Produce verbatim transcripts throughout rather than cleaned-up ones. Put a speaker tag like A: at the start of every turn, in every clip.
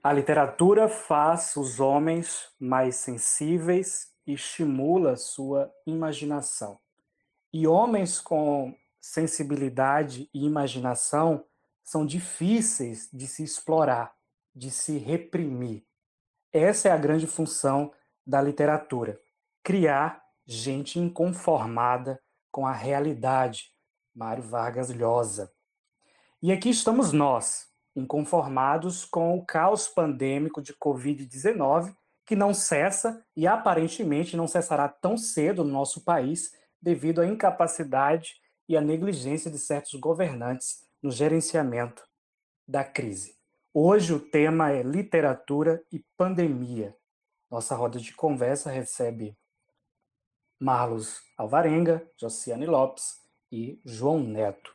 A: A literatura faz os homens mais sensíveis e estimula sua imaginação. E homens com sensibilidade e imaginação são difíceis de se explorar, de se reprimir. Essa é a grande função da literatura: criar gente inconformada com a realidade. Mário Vargas Llosa. E aqui estamos nós, inconformados com o caos pandêmico de covid dezenove, que não cessa e aparentemente não cessará tão cedo no nosso país, devido à incapacidade e à negligência de certos governantes no gerenciamento da crise. Hoje o tema é literatura e pandemia. Nossa roda de conversa recebe Marlos Alvarenga, Josiane Lopes e João Neto.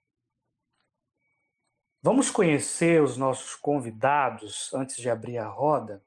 A: Vamos conhecer os nossos convidados antes de abrir a roda?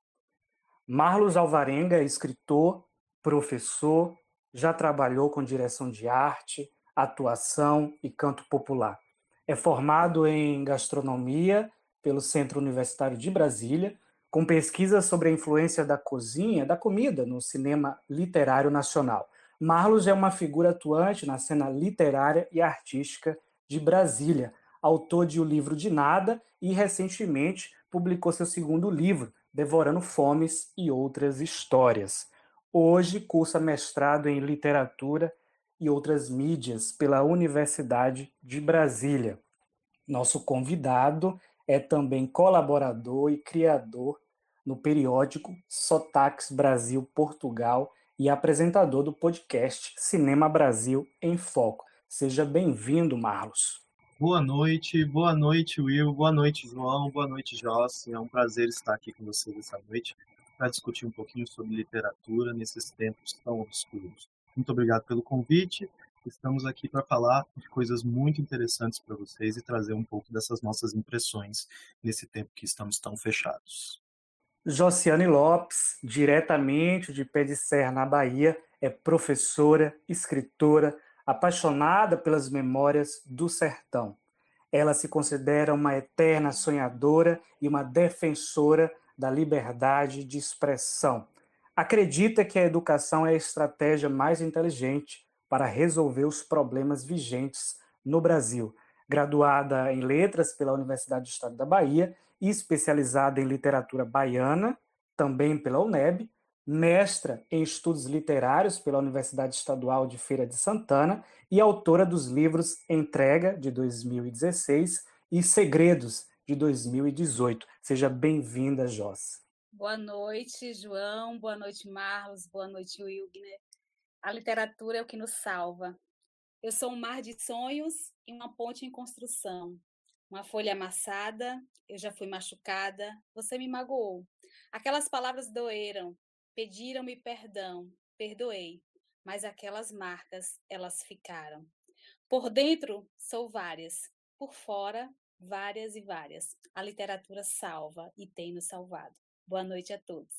A: Marlos Alvarenga é escritor, professor, já trabalhou com direção de arte, atuação e canto popular. É formado em gastronomia pelo Centro Universitário de Brasília, com pesquisas sobre a influência da cozinha, da comida, no cinema literário nacional. Marlos é uma figura atuante na cena literária e artística de Brasília, autor de O Livro de Nada e, recentemente, publicou seu segundo livro, Devorando Fomes e Outras Histórias. Hoje cursa mestrado em literatura e outras mídias pela Universidade de Brasília. Nosso convidado é também colaborador e criador no periódico Sotaques Brasil Portugal e apresentador do podcast Cinema Brasil em Foco. Seja bem-vindo, Marlos.
B: Boa noite, boa noite, Will, boa noite, João, boa noite, Jossi. É um prazer estar aqui com vocês essa noite para discutir um pouquinho sobre literatura nesses tempos tão obscuros. Muito obrigado pelo convite. Estamos aqui para falar de coisas muito interessantes para vocês e trazer um pouco dessas nossas impressões nesse tempo que estamos tão fechados.
A: Josiane Lopes, diretamente de Pé de Serra, na Bahia, é professora, escritora, apaixonada pelas memórias do sertão. Ela se considera uma eterna sonhadora e uma defensora da liberdade de expressão. Acredita que a educação é a estratégia mais inteligente para resolver os problemas vigentes no Brasil. Graduada em Letras pela Universidade do Estado da Bahia e especializada em literatura baiana, também pela U N E B, mestra em estudos literários pela Universidade Estadual de Feira de Santana e autora dos livros Entrega, de dois mil e dezesseis, e Segredos, de dois mil e dezoito. Seja bem-vinda, Joss.
C: Boa noite, João. Boa noite, Marlos. Boa noite, Wilgner. A literatura é o que nos salva. Eu sou um mar de sonhos e uma ponte em construção. Uma folha amassada, eu já fui machucada, você me magoou. Aquelas palavras doeram, pediram-me perdão, perdoei, mas aquelas marcas, elas ficaram. Por dentro, sou várias, por fora, várias e várias. A literatura salva e tem nos salvado. Boa noite a todos.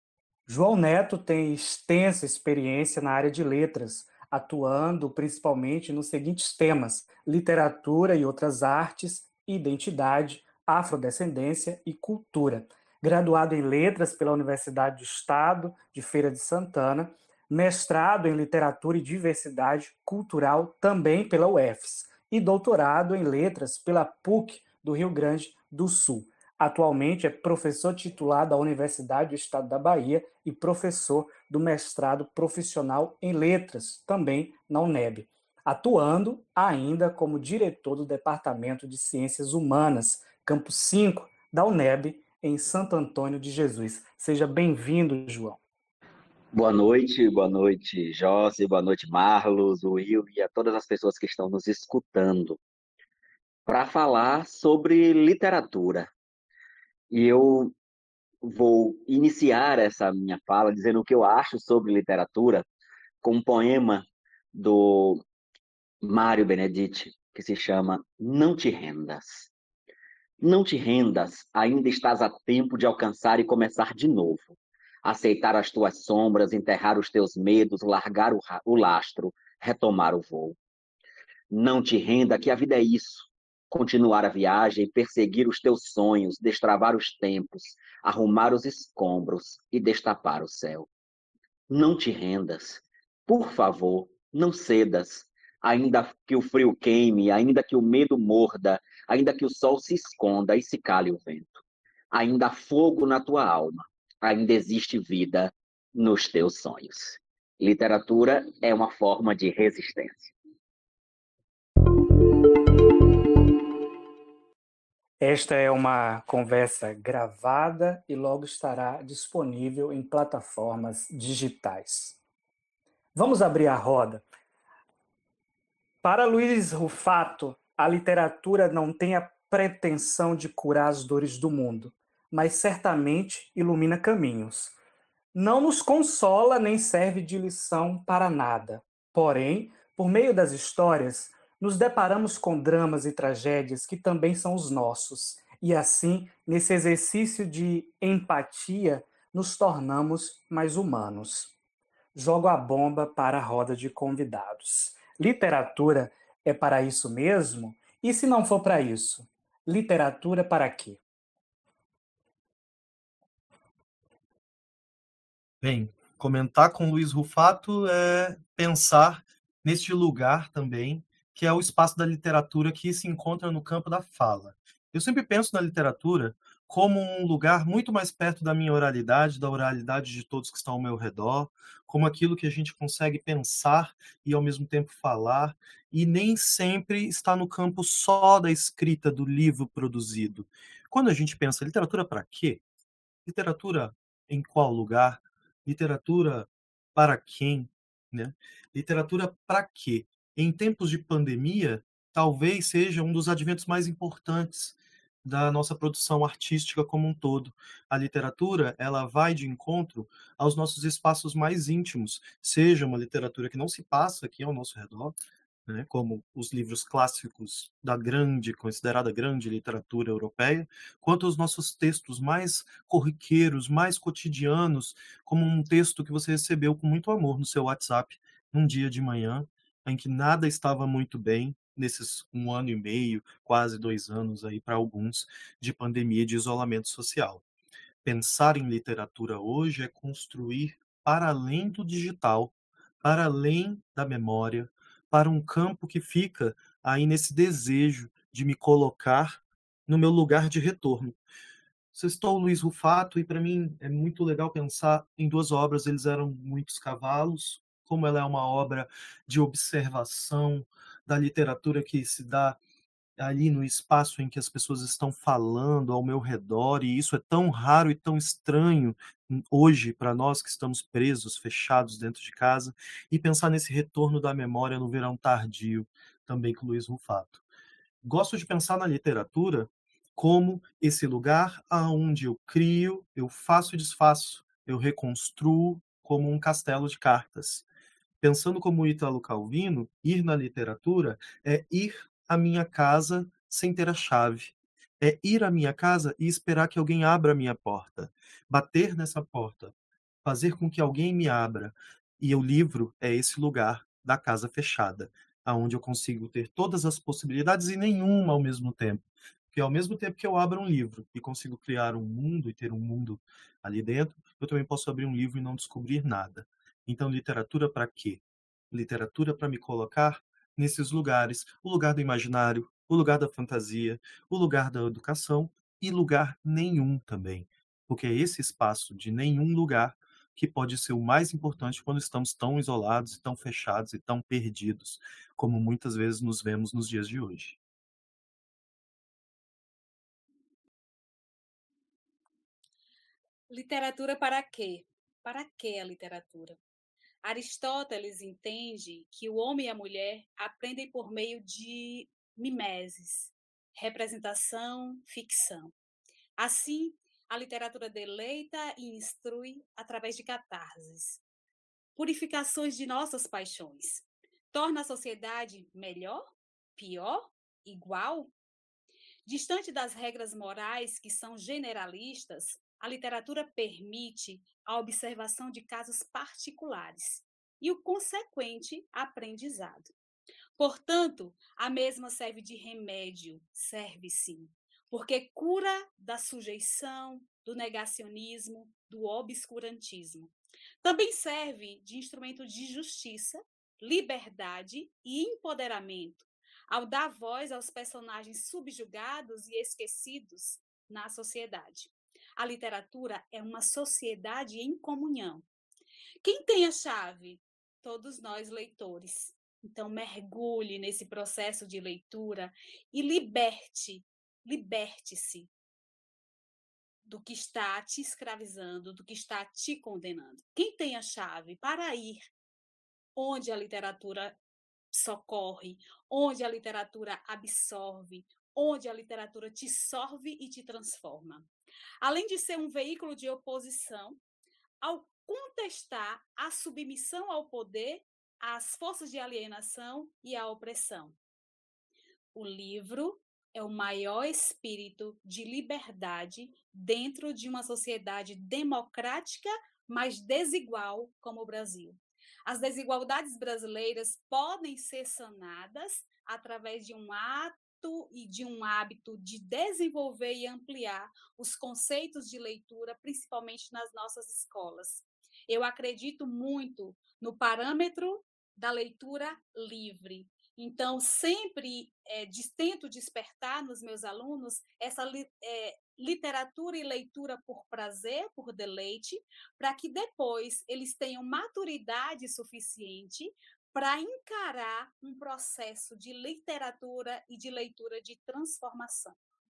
A: João Neto tem extensa experiência na área de letras, atuando principalmente nos seguintes temas: literatura e outras artes, identidade, afrodescendência e cultura. Graduado em Letras pela Universidade do Estado de Feira de Santana, mestrado em Literatura e Diversidade Cultural também pela U F S e doutorado em Letras pela P U C do Rio Grande do Sul. Atualmente é professor titular da Universidade do Estado da Bahia e professor do mestrado profissional em Letras, também na U N E B, atuando ainda como diretor do Departamento de Ciências Humanas, Campus cinco, da U N E B, em Santo Antônio de Jesus. Seja bem-vindo, João.
D: Boa noite, boa noite, Josi, boa noite, Marlos, Will e a todas as pessoas que estão nos escutando, para falar sobre literatura. E eu vou iniciar essa minha fala dizendo o que eu acho sobre literatura com um poema do Mário Benedetti, que se chama Não Te Rendas. Não te rendas, ainda estás a tempo de alcançar e começar de novo. Aceitar as tuas sombras, enterrar os teus medos, largar o, o lastro, retomar o voo. Não te renda, que a vida é isso. continuar a viagem, perseguir os teus sonhos, destravar os tempos, arrumar os escombros e destapar o céu. Não te rendas. Por favor, não cedas. Ainda que o frio queime, ainda que o medo morda, ainda que o sol se esconda e se cale o vento. Ainda há fogo na tua alma. Ainda existe vida nos teus sonhos. Literatura é uma forma de resistência.
A: Esta é uma conversa gravada e logo estará disponível em plataformas digitais. Vamos abrir a roda. Para Luiz Rufato, a literatura não tem a pretensão de curar as dores do mundo, mas certamente ilumina caminhos. Não nos consola nem serve de lição para nada. Porém, por meio das histórias, nos deparamos com dramas e tragédias que também são os nossos. E assim, nesse exercício de empatia, nos tornamos mais humanos. Jogo a bomba para a roda de convidados. Literatura é para isso mesmo? E se não for para isso, literatura para quê?
B: Bem, comentar com Luiz Rufato é pensar neste lugar também, que é o espaço da literatura que se encontra no campo da fala. Eu sempre penso na literatura como um lugar muito mais perto da minha oralidade, da oralidade de todos que estão ao meu redor, como aquilo que a gente consegue pensar e ao mesmo tempo falar, e nem sempre está no campo só da escrita do livro produzido. Quando a gente pensa literatura para quê? Literatura em qual lugar? Literatura para quem? Né? Literatura para quê? Em tempos de pandemia, talvez seja um dos adventos mais importantes da nossa produção artística como um todo. A literatura, ela vai de encontro aos nossos espaços mais íntimos, seja uma literatura que não se passa aqui ao nosso redor, né, como os livros clássicos da grande, considerada grande literatura europeia, quanto os nossos textos mais corriqueiros, mais cotidianos, como um texto que você recebeu com muito amor no seu WhatsApp, num dia de manhã, em que nada estava muito bem, nesses um ano e meio, quase dois anos aí para alguns, de pandemia e de isolamento social. Pensar em literatura hoje é construir para além do digital, para além da memória, para um campo que fica aí nesse desejo de me colocar no meu lugar de retorno. Sextou Luiz Rufato, e para mim é muito legal pensar em duas obras. Eles eram Muitos Cavalos, como ela é uma obra de observação da literatura que se dá ali no espaço em que as pessoas estão falando ao meu redor, e isso é tão raro e tão estranho hoje para nós que estamos presos, fechados dentro de casa, e pensar nesse retorno da memória no verão tardio, também com Luiz Rufato. Gosto de pensar na literatura como esse lugar aonde eu crio, eu faço e desfaço, eu reconstruo como um castelo de cartas. Pensando como Ítalo Calvino, ir na literatura é ir à minha casa sem ter a chave. É ir à minha casa e esperar que alguém abra a minha porta. Bater nessa porta. Fazer com que alguém me abra. E o livro é esse lugar da casa fechada, aonde eu consigo ter todas as possibilidades e nenhuma ao mesmo tempo. Porque ao mesmo tempo que eu abro um livro e consigo criar um mundo e ter um mundo ali dentro, eu também posso abrir um livro e não descobrir nada. Então, literatura para quê? Literatura para me colocar nesses lugares. O lugar do imaginário, o lugar da fantasia, o lugar da educação e lugar nenhum também. Porque é esse espaço de nenhum lugar que pode ser o mais importante quando estamos tão isolados, tão fechados e tão perdidos, como muitas vezes nos vemos nos dias de hoje.
C: Literatura para quê? Para que a literatura? Aristóteles entende que o homem e a mulher aprendem por meio de mimeses, representação, ficção. Assim, a literatura deleita e instrui através de catarses, purificações de nossas paixões. Torna a sociedade melhor, pior, igual? Distante das regras morais que são generalistas, a literatura permite a observação de casos particulares e o consequente aprendizado. Portanto, a mesma serve de remédio, serve sim, porque cura da sujeição, do negacionismo, do obscurantismo. Também serve de instrumento de justiça, liberdade e empoderamento, ao dar voz aos personagens subjugados e esquecidos na sociedade. A literatura é uma sociedade em comunhão. Quem tem a chave? Todos nós, leitores. Então, mergulhe nesse processo de leitura e liberte, liberte-se do que está te escravizando, do que está te condenando. Quem tem a chave para ir onde a literatura socorre, onde a literatura absorve, onde a literatura te sorve e te transforma. Além de ser um veículo de oposição, ao contestar a submissão ao poder, às forças de alienação e à opressão. O livro é o maior espírito de liberdade dentro de uma sociedade democrática, mas desigual como o Brasil. As desigualdades brasileiras podem ser sanadas através de um ato e de um hábito de desenvolver e ampliar os conceitos de leitura, principalmente nas nossas escolas. Eu acredito muito no parâmetro da leitura livre. Então, sempre é, tento despertar nos meus alunos essa é, literatura e leitura por prazer, por deleite, para que depois eles tenham maturidade suficiente para encarar um processo de literatura e de leitura de transformação.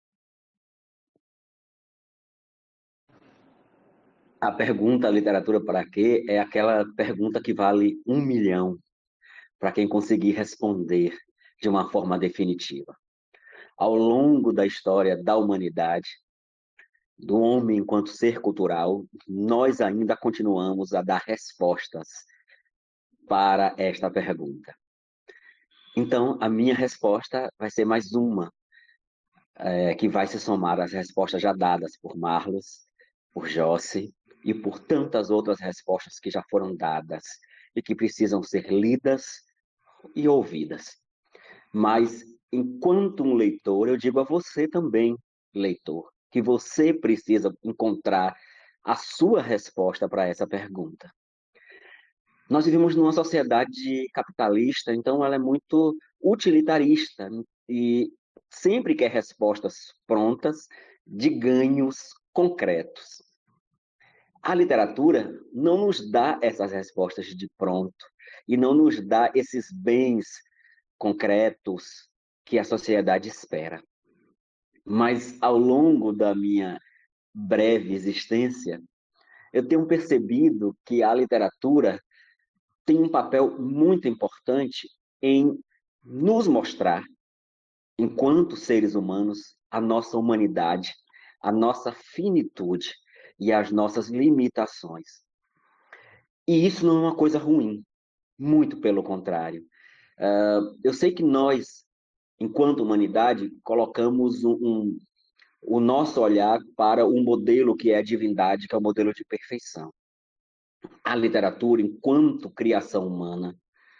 D: A pergunta literatura para quê é aquela pergunta que vale um milhão para quem conseguir responder de uma forma definitiva. Ao longo da história da humanidade, do homem enquanto ser cultural, nós ainda continuamos a dar respostas para esta pergunta. Então, a minha resposta vai ser mais uma, é, que vai se somar às respostas já dadas por Marlos, por Josse e por tantas outras respostas que já foram dadas e que precisam ser lidas e ouvidas. Mas, enquanto um leitor, eu digo a você também, leitor, que você precisa encontrar a sua resposta para essa pergunta. Nós vivemos numa sociedade capitalista, então ela é muito utilitarista e sempre quer respostas prontas de ganhos concretos. A literatura não nos dá essas respostas de pronto e não nos dá esses bens concretos que a sociedade espera. Mas, ao longo da minha breve existência, eu tenho percebido que a literatura tem um papel muito importante em nos mostrar, enquanto seres humanos, a nossa humanidade, a nossa finitude e as nossas limitações. E isso não é uma coisa ruim, muito pelo contrário. Uh, eu sei que nós, enquanto humanidade, colocamos um, um, o nosso olhar para um modelo que é a divindade, que é o modelo de perfeição. A literatura, enquanto criação humana,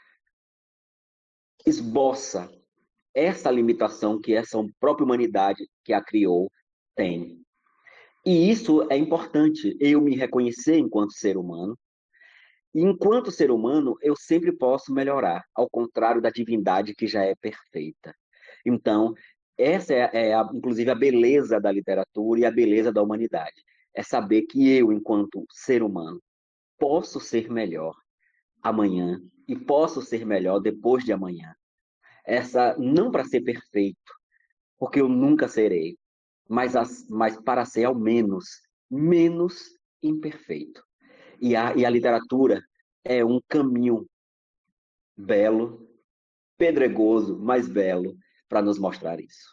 D: esboça essa limitação que essa própria humanidade que a criou tem. E isso é importante, eu me reconhecer enquanto ser humano. E enquanto ser humano, eu sempre posso melhorar, ao contrário da divindade que já é perfeita. Então, essa é, é a, inclusive, a beleza da literatura e a beleza da humanidade. É saber que eu, enquanto ser humano, posso ser melhor amanhã e posso ser melhor depois de amanhã. Essa, não para ser perfeito, porque eu nunca serei, mas, as, mas para ser ao menos menos imperfeito. E a, e a literatura é um caminho belo, pedregoso, mas belo, para nos mostrar isso.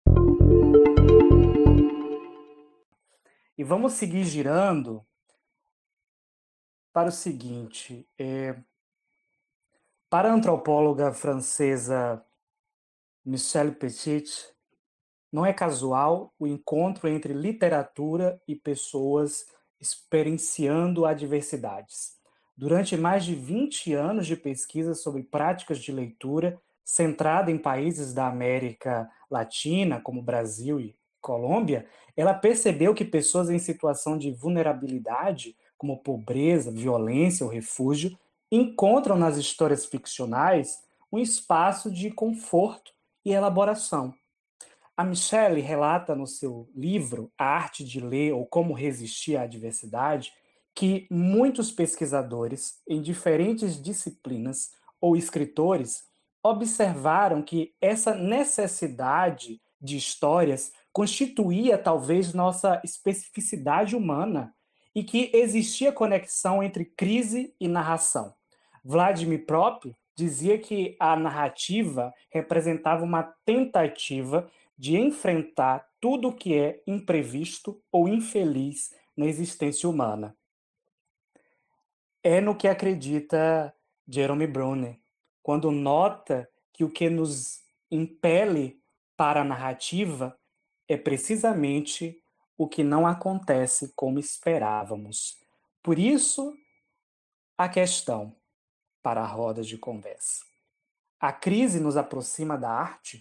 A: E vamos seguir girando para o seguinte. É, para a antropóloga francesa Michelle Petit, não é casual o encontro entre literatura e pessoas experienciando adversidades. Durante mais de vinte anos de pesquisa sobre práticas de leitura, centrada em países da América Latina, como Brasil e Colômbia, ela percebeu que pessoas em situação de vulnerabilidade, como pobreza, violência ou refúgio, encontram nas histórias ficcionais um espaço de conforto e elaboração. A Michelle relata no seu livro A Arte de Ler ou Como Resistir à Adversidade que muitos pesquisadores em diferentes disciplinas ou escritores observaram que essa necessidade de histórias constituía talvez nossa especificidade humana e que existia conexão entre crise e narração. Vladimir Prop dizia que a narrativa representava uma tentativa de enfrentar tudo o que é imprevisto ou infeliz na existência humana. É no que acredita Jerome Bruner, quando nota que o que nos impele para a narrativa é precisamente o que não acontece como esperávamos. Por isso, a questão para a roda de conversa. A crise nos aproxima da arte?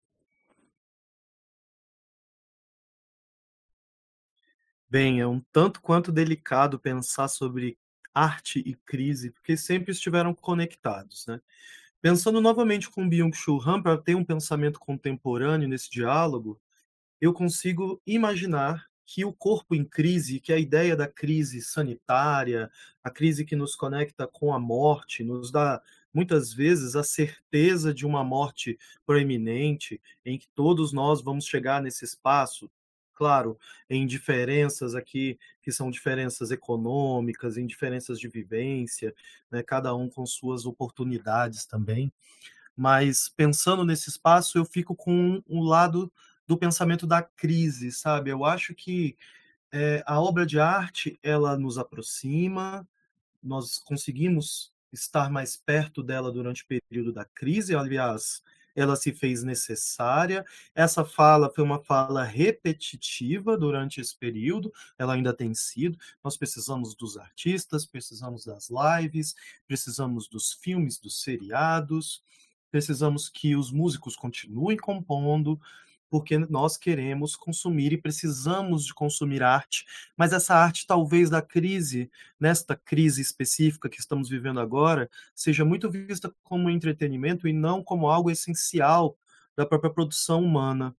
B: Bem, é um tanto quanto delicado pensar sobre arte e crise, porque sempre estiveram conectados, né? Pensando novamente com Byung-Chul Han, para ter um pensamento contemporâneo nesse diálogo, eu consigo imaginar que o corpo em crise, que a ideia da crise sanitária, a crise que nos conecta com a morte, nos dá muitas vezes a certeza de uma morte proeminente, em que todos nós vamos chegar nesse espaço, claro, em diferenças aqui, que são diferenças econômicas, em diferenças de vivência, né, cada um com suas oportunidades também. Mas pensando nesse espaço, eu fico com um lado do pensamento da crise, sabe? Eu acho que é, a obra de arte, ela nos aproxima, nós conseguimos estar mais perto dela durante o período da crise, aliás, ela se fez necessária. Essa fala foi uma fala repetitiva durante esse período, ela ainda tem sido. Nós precisamos dos artistas, precisamos das lives, precisamos dos filmes, dos seriados, precisamos que os músicos continuem compondo, porque nós queremos consumir e precisamos de consumir arte, mas essa arte talvez da crise, nesta crise específica que estamos vivendo agora, seja muito vista como entretenimento e não como algo essencial da própria produção humana.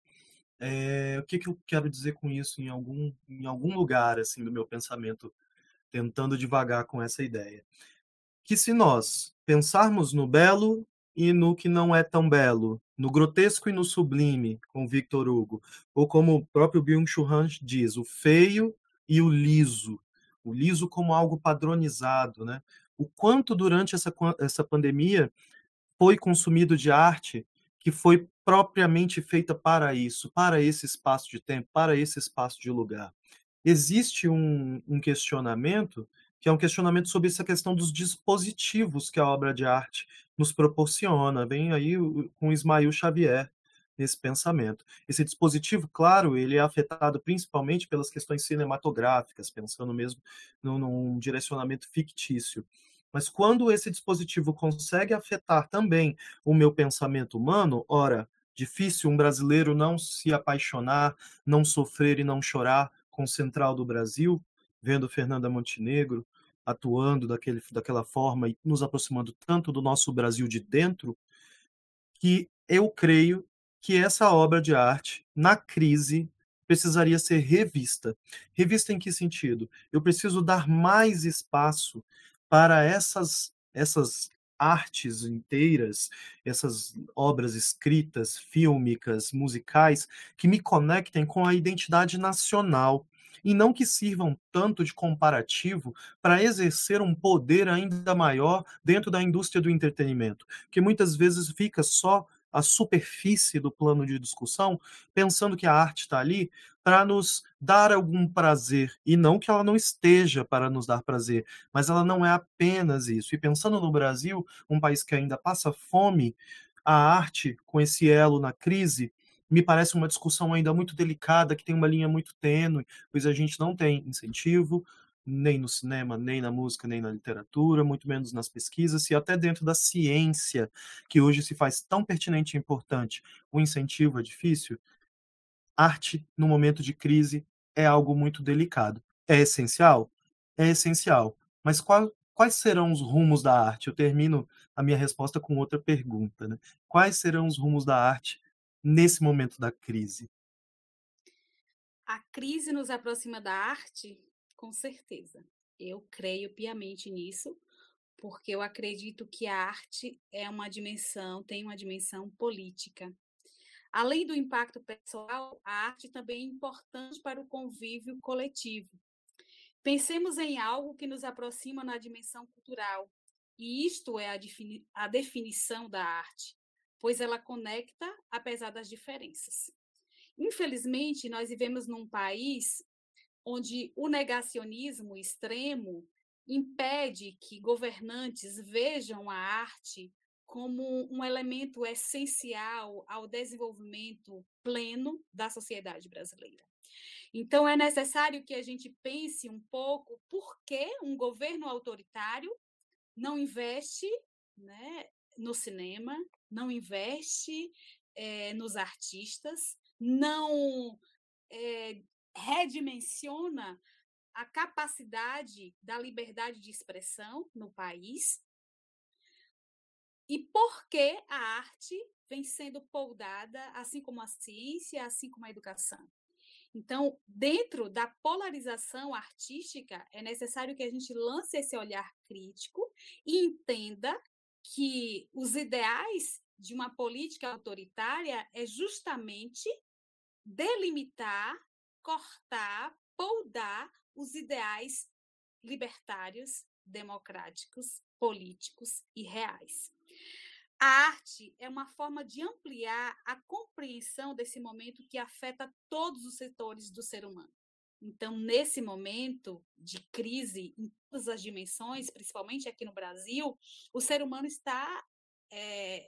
B: É, o que, que eu quero dizer com isso em algum, em algum lugar assim do meu pensamento, tentando devagar com essa ideia? Que se nós pensarmos no belo e no que não é tão belo, no grotesco e no sublime, com Victor Hugo, ou como o próprio Byung-Chul Han diz, o feio e o liso, o liso como algo padronizado, né? O quanto durante essa, essa pandemia foi consumido de arte que foi propriamente feita para isso, para esse espaço de tempo, para esse espaço de lugar. Existe um, um questionamento que é um questionamento sobre essa questão dos dispositivos que a obra de arte nos proporciona. Vem aí com Ismael Xavier nesse pensamento. Esse dispositivo, claro, ele é afetado principalmente pelas questões cinematográficas, pensando mesmo num, num direcionamento fictício. Mas quando esse dispositivo consegue afetar também o meu pensamento humano, ora, difícil um brasileiro não se apaixonar, não sofrer e não chorar com o Central do Brasil, vendo Fernanda Montenegro atuando daquele, daquela forma e nos aproximando tanto do nosso Brasil de dentro, que eu creio que essa obra de arte, na crise, precisaria ser revista. Revista em que sentido? Eu preciso dar mais espaço para essas, essas artes inteiras, essas obras escritas, fílmicas, musicais, que me conectem com a identidade nacional, e não que sirvam tanto de comparativo para exercer um poder ainda maior dentro da indústria do entretenimento, que muitas vezes fica só a superfície do plano de discussão, pensando que a arte está ali para nos dar algum prazer, e não que ela não esteja para nos dar prazer, mas ela não é apenas isso. E pensando no Brasil, um país que ainda passa fome, a arte, com esse elo na crise, me parece uma discussão ainda muito delicada, que tem uma linha muito tênue, pois a gente não tem incentivo, nem no cinema, nem na música, nem na literatura, muito menos nas pesquisas, e até dentro da ciência, que hoje se faz tão pertinente e importante, o incentivo é difícil, arte, no momento de crise, é algo muito delicado. É essencial? É essencial. Mas qual, quais serão os rumos da arte? Eu termino a minha resposta com outra pergunta, né? Quais serão os rumos da arte nesse momento da crise?
C: A crise nos aproxima da arte? Com certeza. Eu creio piamente nisso, porque eu acredito que a arte é uma dimensão, tem uma dimensão política. Além do impacto pessoal, a arte também é importante para o convívio coletivo. Pensemos em algo que nos aproxima na dimensão cultural, e isto é a, defini- a definição da arte, pois ela conecta apesar das diferenças. Infelizmente, nós vivemos num país onde o negacionismo extremo impede que governantes vejam a arte como um elemento essencial ao desenvolvimento pleno da sociedade brasileira. Então, é necessário que a gente pense um pouco por que um governo autoritário não investe, né, no cinema, não investe é, nos artistas, não é, redimensiona a capacidade da liberdade de expressão no país, e por que a arte vem sendo poldada, assim como a ciência, assim como a educação. Então, dentro da polarização artística, é necessário que a gente lance esse olhar crítico e entenda que os ideais de uma política autoritária é justamente delimitar, cortar, poldar os ideais libertários, democráticos, políticos e reais. A arte é uma forma de ampliar a compreensão desse momento que afeta todos os setores do ser humano. Então, nesse momento de crise, em todas as dimensões, principalmente aqui no Brasil, o ser humano está é,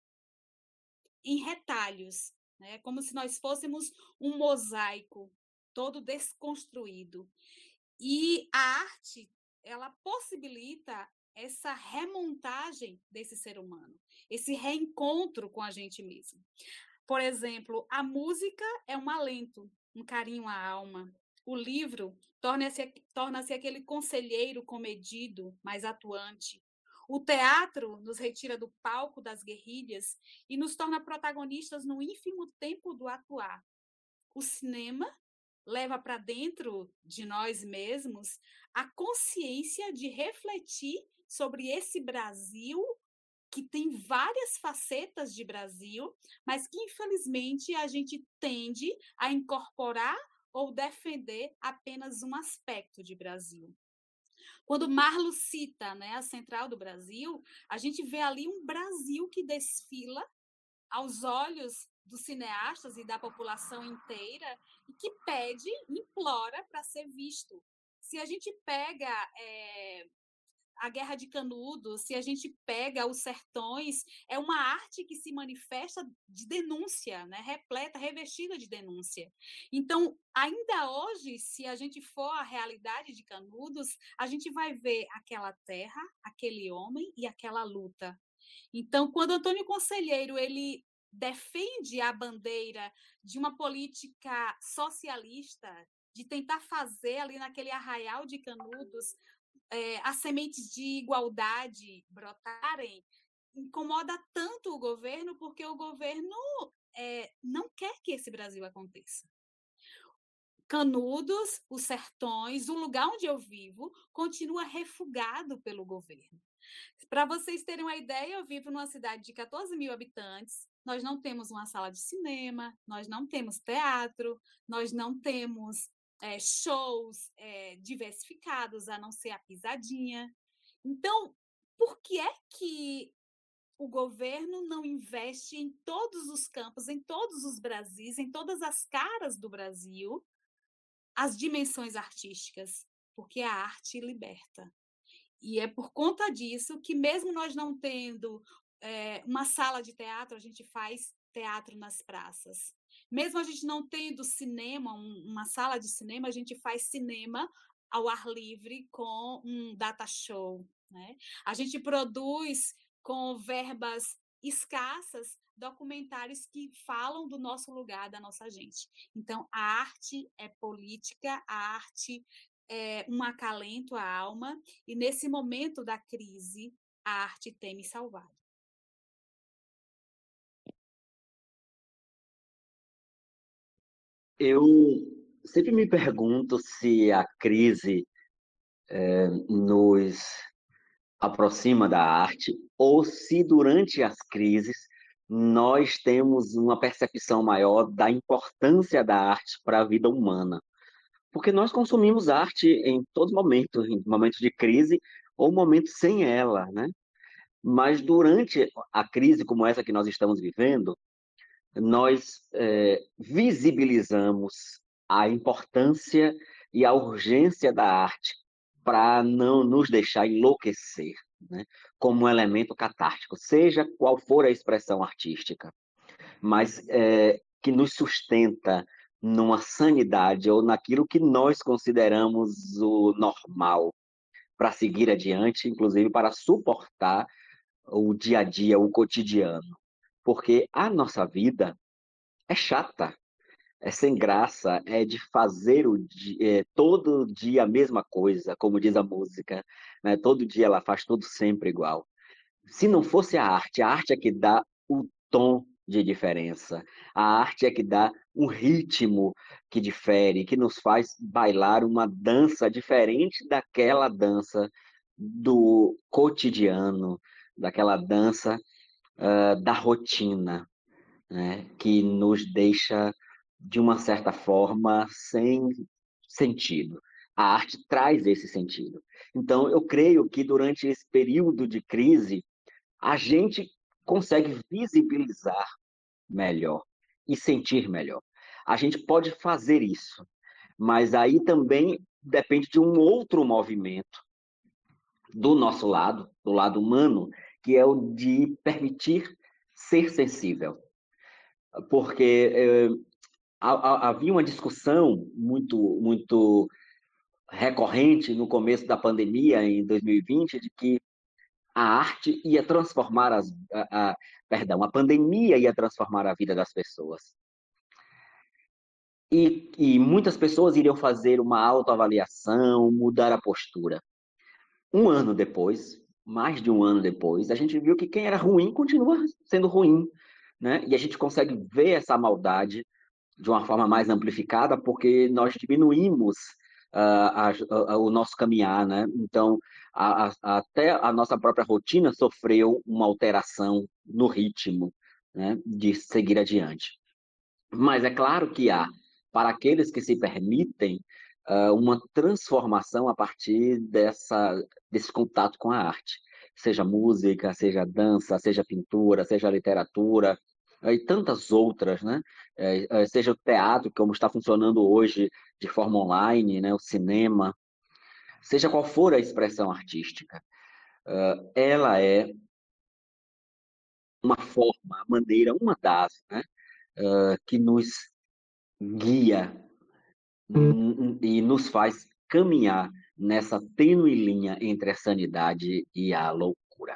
C: em retalhos, né? Como se nós fôssemos um mosaico todo desconstruído. E a arte, ela possibilita essa remontagem desse ser humano, esse reencontro com a gente mesmo. Por exemplo, a música é um alento, um carinho à alma. O livro torna-se torna-se aquele conselheiro comedido, mais atuante. O teatro nos retira do palco das guerrilhas e nos torna protagonistas no ínfimo tempo do atuar. O cinema leva para dentro de nós mesmos a consciência de refletir sobre esse Brasil que tem várias facetas de Brasil, mas que, infelizmente, a gente tende a incorporar ou defender apenas um aspecto de Brasil. Quando Marlos cita, né, a Central do Brasil, a gente vê ali um Brasil que desfila aos olhos dos cineastas e da população inteira e que pede, implora para ser visto. Se a gente pega é, a Guerra de Canudos, se a gente pega os Sertões, é uma arte que se manifesta de denúncia, né? Repleta, revestida de denúncia. Então, ainda hoje, se a gente for à realidade de Canudos, a gente vai ver aquela terra, aquele homem e aquela luta. Então, quando Antônio Conselheiro ele defende a bandeira de uma política socialista, de tentar fazer ali naquele arraial de Canudos é, as sementes de igualdade brotarem, incomoda tanto o governo, porque o governo é, não quer que esse Brasil aconteça. Canudos, os Sertões, o lugar onde eu vivo, continua refugado pelo governo. Para vocês terem uma ideia, eu vivo numa cidade de quatorze mil habitantes, nós não temos uma sala de cinema, nós não temos teatro, nós não temos é, shows é, diversificados, a não ser a pisadinha. Então, por que é que o governo não investe em todos os campos, em todos os Brasis, em todas as caras do Brasil, as dimensões artísticas? Porque a arte liberta. E é por conta disso que, mesmo nós não tendo é, uma sala de teatro, a gente faz teatro nas praças. Mesmo a gente não tendo cinema, um, uma sala de cinema, a gente faz cinema ao ar livre com um data show, né? A gente produz com verbas escassas documentários que falam do nosso lugar, da nossa gente. Então, a arte é política, a arte é um acalento à alma, e nesse momento da crise, a arte tem me salvado.
D: Eu sempre me pergunto se a crise eh, nos aproxima da arte ou se durante as crises nós temos uma percepção maior da importância da arte para a vida humana. Porque nós consumimos arte em todo momento, em momentos de crise ou momentos sem ela, né? Mas durante a crise como essa que nós estamos vivendo, nós é, visibilizamos a importância e a urgência da arte para não nos deixar enlouquecer, né? Como um elemento catártico, seja qual for a expressão artística, mas é, que nos sustenta numa sanidade ou naquilo que nós consideramos o normal para seguir adiante, inclusive para suportar o dia a dia, o cotidiano. Porque a nossa vida é chata, é sem graça, é de fazer o dia, é, todo dia a mesma coisa, como diz a música, né? Todo dia ela faz tudo sempre igual. Se não fosse a arte, a arte é que dá o tom de diferença. A arte é que dá um ritmo que difere, que nos faz bailar uma dança diferente daquela dança do cotidiano, daquela dança uh, da rotina, né? Que nos deixa, de uma certa forma, sem sentido. A arte traz esse sentido. Então, eu creio que durante esse período de crise, a gente consegue visibilizar melhor e sentir melhor. A gente pode fazer isso, mas aí também depende de um outro movimento do nosso lado, do lado humano, que é o de permitir ser sensível. Porque eh, havia uma discussão muito, muito recorrente no começo da pandemia, em dois mil e vinte, de que a arte ia transformar as, a, a, perdão, a pandemia ia transformar a vida das pessoas. E, e muitas pessoas iriam fazer uma autoavaliação, mudar a postura. Um ano depois, mais de um ano depois, a gente viu que quem era ruim continua sendo ruim, né? E a gente consegue ver essa maldade de uma forma mais amplificada porque nós diminuímos uh, a, a, o nosso caminhar, né? Então, a, a, até a nossa própria rotina sofreu uma alteração no ritmo, né, de seguir adiante. Mas é claro que há, para aqueles que se permitem, uh, uma transformação a partir dessa, desse contato com a arte. Seja música, seja dança, seja pintura, seja literatura, e tantas outras, né? É, seja o teatro, como está funcionando hoje de forma online, né? O cinema, seja qual for a expressão artística, uh, ela é uma forma, a maneira, uma das, né? Uh, que nos guia e nos faz caminhar nessa tênue linha entre a sanidade e a loucura.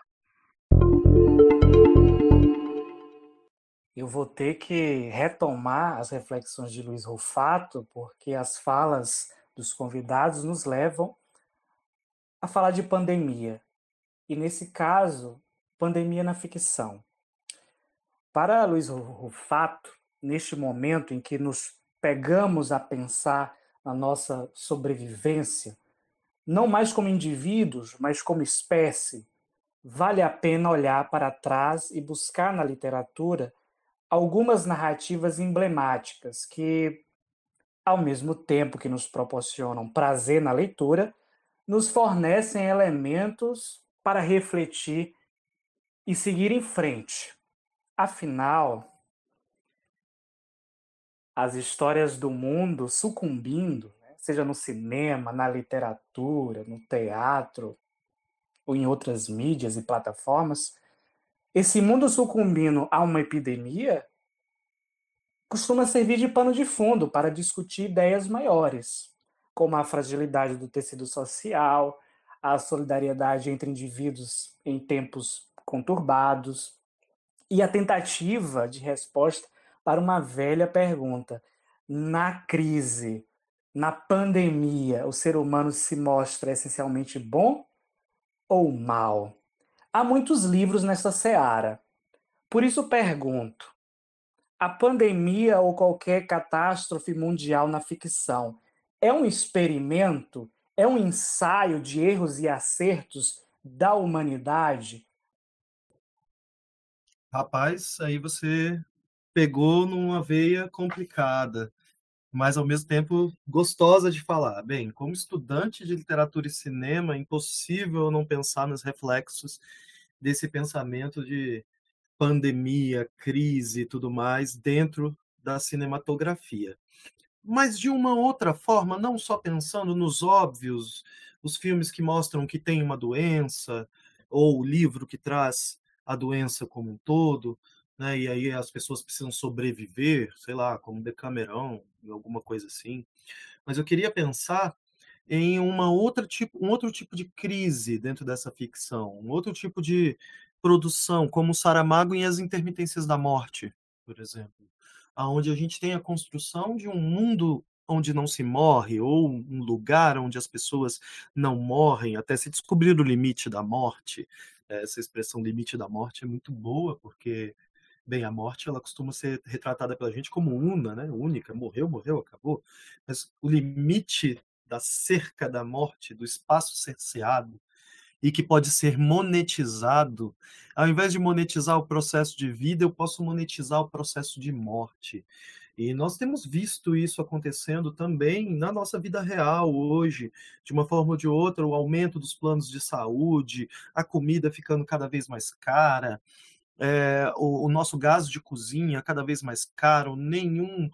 A: Eu vou ter que retomar as reflexões de Luiz Rufato, porque as falas dos convidados nos levam a falar de pandemia. E, nesse caso, pandemia na ficção. Para Luiz Rufato, neste momento em que nos pegamos a pensar na nossa sobrevivência, não mais como indivíduos, mas como espécie, vale a pena olhar para trás e buscar na literatura algumas narrativas emblemáticas que, ao mesmo tempo que nos proporcionam prazer na leitura, nos fornecem elementos para refletir e seguir em frente. Afinal, as histórias do mundo sucumbindo, né, seja no cinema, na literatura, no teatro ou em outras mídias e plataformas, esse mundo sucumbindo a uma epidemia costuma servir de pano de fundo para discutir ideias maiores. como a fragilidade do tecido social, a solidariedade entre indivíduos em tempos conturbados e a tentativa de resposta para uma velha pergunta: na crise, na pandemia, o ser humano se mostra essencialmente bom ou mal? Há muitos livros nessa seara. Por isso pergunto: a pandemia ou qualquer catástrofe mundial na ficção é um experimento? É um ensaio de erros e acertos da humanidade?
B: Rapaz, aí você pegou numa veia complicada, mas ao mesmo tempo gostosa de falar. Bem, como estudante de literatura e cinema, é impossível não pensar nos reflexos desse pensamento de pandemia, crise e tudo mais dentro da cinematografia. Mas de uma outra forma, não só pensando nos óbvios, os filmes que mostram que tem uma doença, ou o livro que traz a doença como um todo, né? E aí as pessoas precisam sobreviver, sei lá, como Decamerão, alguma coisa assim. Mas eu queria pensar em uma outra tipo, um outro tipo de crise dentro dessa ficção, um outro tipo de produção, como Saramago em As Intermitências da Morte, por exemplo, aonde a gente tem a construção de um mundo onde não se morre, ou um lugar onde as pessoas não morrem, até se descobrir o limite da morte. Essa expressão limite da morte é muito boa, porque, bem, a morte ela costuma ser retratada pela gente como una, né? Única, morreu, morreu, acabou. Mas o limite da cerca da morte, do espaço cerceado, e que pode ser monetizado. Ao invés de monetizar o processo de vida, eu posso monetizar o processo de morte. E nós temos visto isso acontecendo também na nossa vida real hoje, de uma forma ou de outra, o aumento dos planos de saúde, a comida ficando cada vez mais cara, é, o, o nosso gás de cozinha cada vez mais caro, nenhum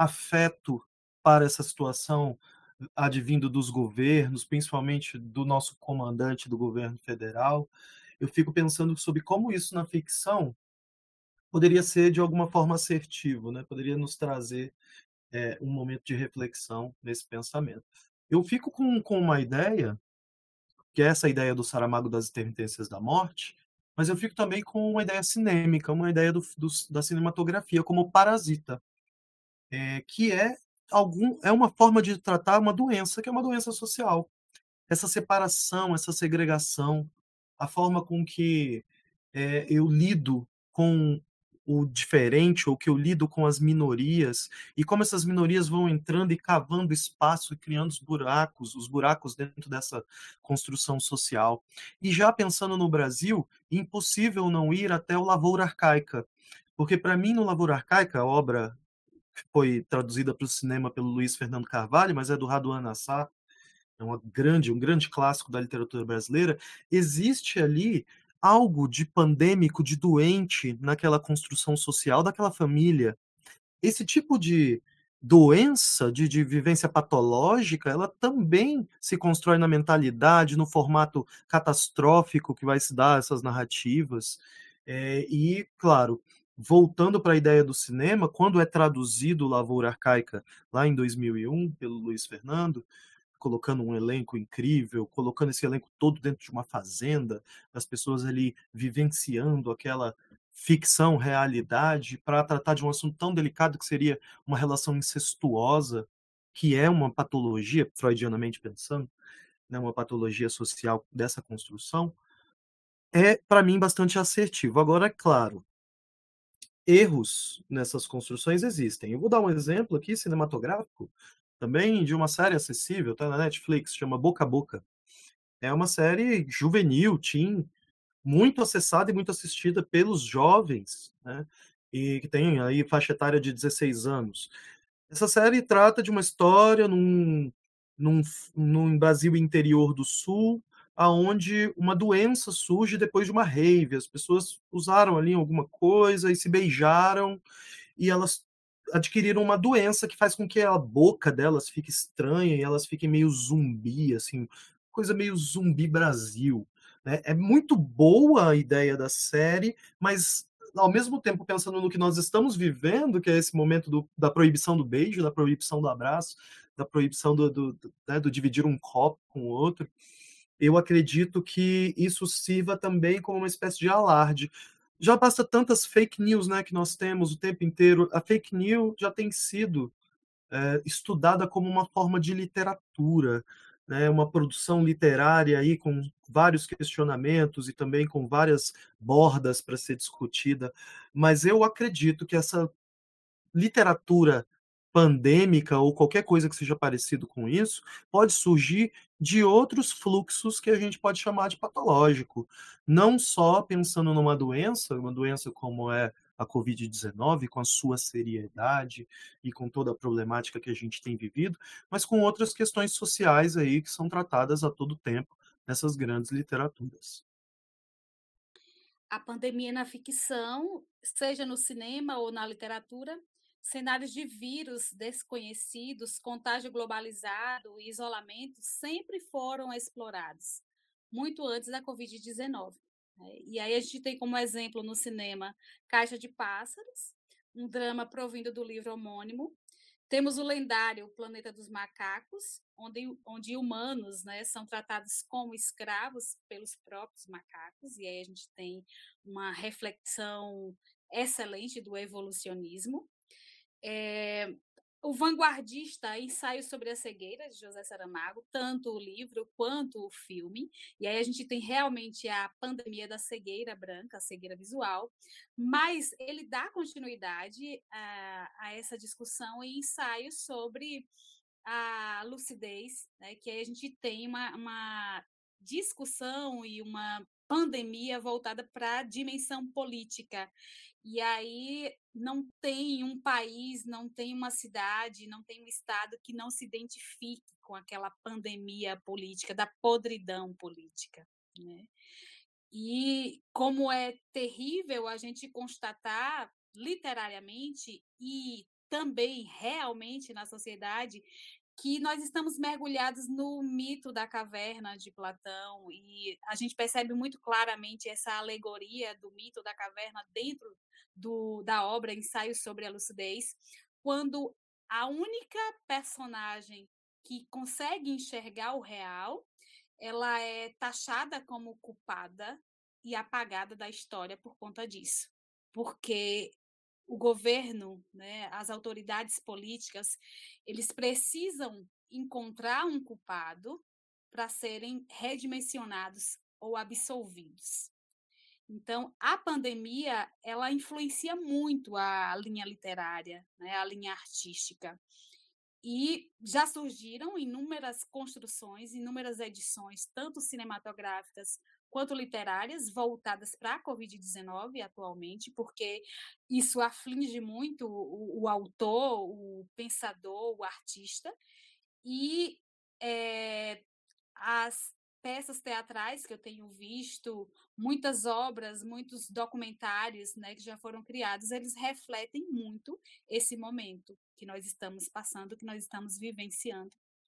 B: afeto para essa situação advindo dos governos, principalmente do nosso comandante do governo federal. Eu fico pensando sobre como isso na ficção poderia ser de alguma forma assertivo, né? Poderia nos trazer é, um momento de reflexão nesse pensamento. Eu fico com, com uma ideia, que é essa ideia do Saramago das Intermitências da Morte, mas eu fico também com uma ideia cinêmica, uma ideia do, do, da cinematografia como parasita, é, que é algum é uma forma de tratar uma doença, que é uma doença social. Essa separação, essa segregação, a forma com que é, eu lido com o diferente, ou que eu lido com as minorias, e como essas minorias vão entrando e cavando espaço e criando os buracos, os buracos dentro dessa construção social. E já pensando no Brasil, impossível não ir até o Lavoura Arcaica, porque para mim no Lavoura Arcaica, a obra que foi traduzida para o cinema pelo Luiz Fernando Carvalho, mas é do Raduan Assar, é uma grande, um grande clássico da literatura brasileira, existe ali algo de pandêmico, de doente naquela construção social daquela família. Esse tipo de doença, de, de vivência patológica, ela também se constrói na mentalidade, no formato catastrófico que vai se dar essas narrativas. É, e, claro, voltando para a ideia do cinema, quando é traduzido Lavoura Arcaica, lá em dois mil e um, pelo Luiz Fernando, colocando um elenco incrível, colocando esse elenco todo dentro de uma fazenda, as pessoas ali vivenciando aquela ficção, realidade, para tratar de um assunto tão delicado que seria uma relação incestuosa, que é uma patologia, freudianamente pensando, né, uma patologia social dessa construção, é, para mim, bastante assertivo. Agora, é claro, erros nessas construções existem. Eu vou dar um exemplo aqui cinematográfico, também de uma série acessível, tá na Netflix, chama Boca a Boca. É uma série juvenil, teen, muito acessada e muito assistida pelos jovens, né? E que tem aí faixa etária de dezesseis anos. Essa série trata de uma história num, num, num Brasil interior do Sul, aonde uma doença surge depois de uma rave. As pessoas usaram ali alguma coisa e se beijaram, e elas adquiriram uma doença que faz com que a boca delas fique estranha e elas fiquem meio zumbi, assim, coisa meio zumbi Brasil, né? É muito boa a ideia da série, mas ao mesmo tempo pensando no que nós estamos vivendo, que é esse momento do, da proibição do beijo, da proibição do abraço, da proibição do, do, do, né, do dividir um copo com o outro, eu acredito que isso sirva também como uma espécie de alarde. Já basta tantas fake news, né, que nós temos o tempo inteiro. A fake news já tem sido é, estudada como uma forma de literatura, né, uma produção literária aí com vários questionamentos e também com várias bordas para ser discutida. Mas eu acredito que essa literatura pandêmica ou qualquer coisa que seja parecido com isso, pode surgir de outros fluxos que a gente pode chamar de patológico. Não só pensando numa doença, uma doença como é a covid dezenove, com a sua seriedade e com toda a problemática que a gente tem vivido, mas com outras questões sociais aí que são tratadas a todo tempo nessas grandes literaturas.
C: A pandemia na ficção, seja no cinema ou na literatura, cenários de vírus desconhecidos, contágio globalizado e isolamento sempre foram explorados, muito antes da covid dezenove. E aí a gente tem como exemplo no cinema Caixa de Pássaros, um drama provindo do livro homônimo. Temos o lendário Planeta dos Macacos, onde, onde humanos, né, são tratados como escravos pelos próprios macacos, e aí a gente tem uma reflexão excelente do evolucionismo. É, o vanguardista Ensaio sobre a Cegueira, de José Saramago, tanto o livro quanto o filme, e aí a gente tem realmente a pandemia da cegueira branca, a cegueira visual, mas ele dá continuidade a, a essa discussão em ensaios sobre a lucidez, né, que aí a gente tem uma, uma discussão e uma pandemia voltada para a dimensão política. E aí não tem um país, não tem uma cidade, não tem um estado que não se identifique com aquela pandemia política, da podridão política, né? E como é terrível a gente constatar literariamente e também realmente na sociedade que nós estamos mergulhados no mito da caverna de Platão, e a gente percebe muito claramente essa alegoria do mito da caverna dentro do, da obra Ensaio sobre a Lucidez, quando a única personagem que consegue enxergar o real, ela é taxada como culpada e apagada da história por conta disso, porque o governo, né, as autoridades políticas, eles precisam encontrar um culpado para serem redimensionados ou absolvidos. Então, a pandemia, ela influencia muito a linha literária, né, a linha artística. E já surgiram inúmeras construções, inúmeras edições, tanto cinematográficas quanto literárias, voltadas para a covid dezenove atualmente, porque isso aflige muito o, o autor, o pensador, o artista. E é, as peças teatrais que eu tenho visto, muitas obras, muitos documentários, né, que já foram criados, eles refletem muito esse momento que nós estamos passando, que nós estamos vivenciando.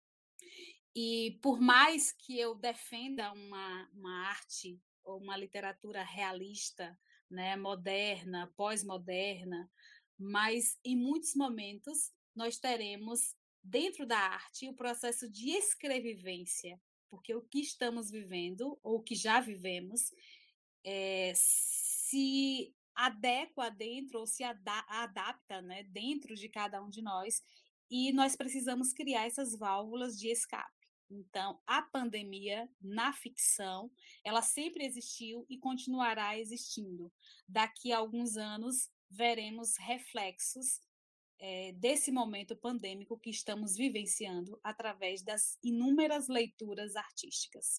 C: E por mais que eu defenda uma, uma arte ou uma literatura realista, né, moderna, pós-moderna, mas em muitos momentos nós teremos dentro da arte o processo de escrevivência, porque o que estamos vivendo, ou o que já vivemos, é, se adequa dentro, ou se ada- adapta, né, dentro de cada um de nós, e nós precisamos criar essas válvulas de escape. Então, a pandemia na ficção, ela sempre existiu e continuará existindo. Daqui a alguns anos, veremos reflexos é, desse momento pandêmico que estamos vivenciando através das inúmeras leituras artísticas.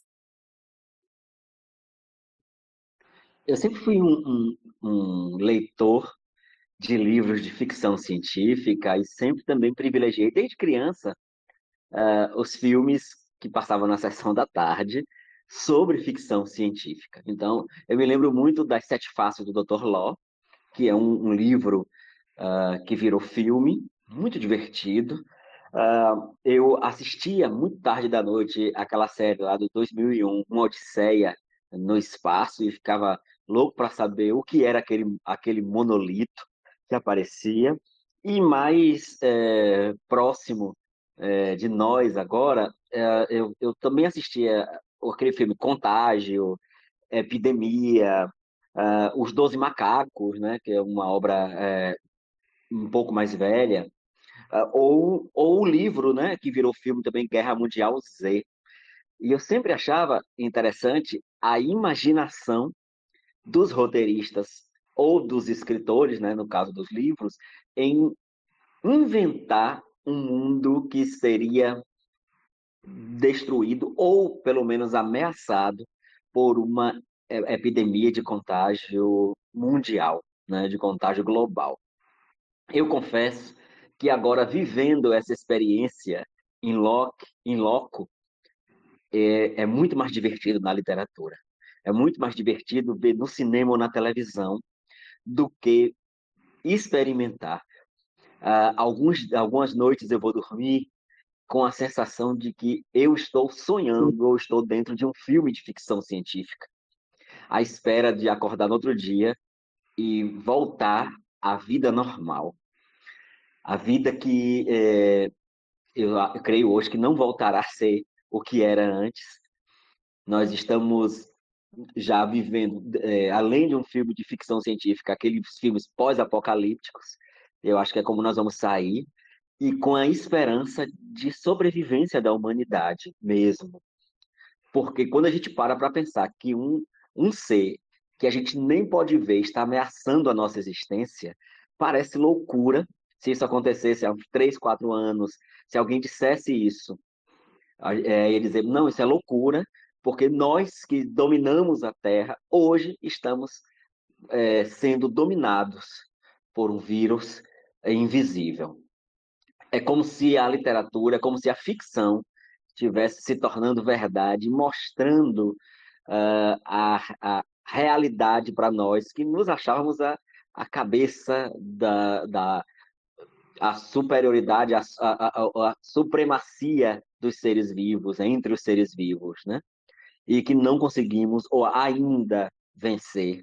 D: Eu sempre fui um, um- um leitor de livros de ficção científica e sempre também privilegiei, desde criança, ah, os filmes que passavam na sessão da tarde sobre ficção científica. Então, eu me lembro muito das Sete Faces do doutor Law, que é um, um livro ah, que virou filme, muito divertido. Ah, eu assistia muito tarde da noite aquela série lá do dois mil e um, Uma Odisseia no Espaço, e ficava louco para saber o que era aquele, aquele monolito que aparecia. E mais é, próximo é, de nós agora, é, eu, eu também assistia aquele filme Contágio, Epidemia, uh, Os Doze Macacos, né, que é uma obra é, um pouco mais velha, uh, ou, ou o livro, né, que virou filme também, Guerra Mundial Z. E eu sempre achava interessante a imaginação dos roteiristas ou dos escritores, né, no caso dos livros, em inventar um mundo que seria destruído ou pelo menos ameaçado por uma epidemia de contágio mundial, né, de contágio global. Eu confesso que agora, vivendo essa experiência em loco, em loco é, é muito mais divertido na literatura. É muito mais divertido ver no cinema ou na televisão do que experimentar. Uh, alguns, algumas noites eu vou dormir com a sensação de que eu estou sonhando ou estou dentro de um filme de ficção científica, à espera de acordar no outro dia e voltar à vida normal. A vida que é, eu, eu creio hoje que não voltará a ser o que era antes. Nós estamos já vivendo, é, além de um filme de ficção científica, aqueles filmes pós-apocalípticos. Eu acho que é como nós vamos sair, e com a esperança de sobrevivência da humanidade mesmo. Porque quando a gente para para pensar que um, um ser que a gente nem pode ver está ameaçando a nossa existência, parece loucura se isso acontecesse há uns três, quatro anos, se alguém dissesse isso, é, ia dizer, não, isso é loucura, porque nós que dominamos a Terra, hoje estamos é, sendo dominados por um vírus invisível. É como se a literatura, é como se a ficção estivesse se tornando verdade, mostrando uh, a, a realidade para nós, que nos achávamos a, a cabeça da, da a superioridade, a, a, a, a supremacia dos seres vivos, entre os seres vivos, né? E que não conseguimos, ou ainda, vencer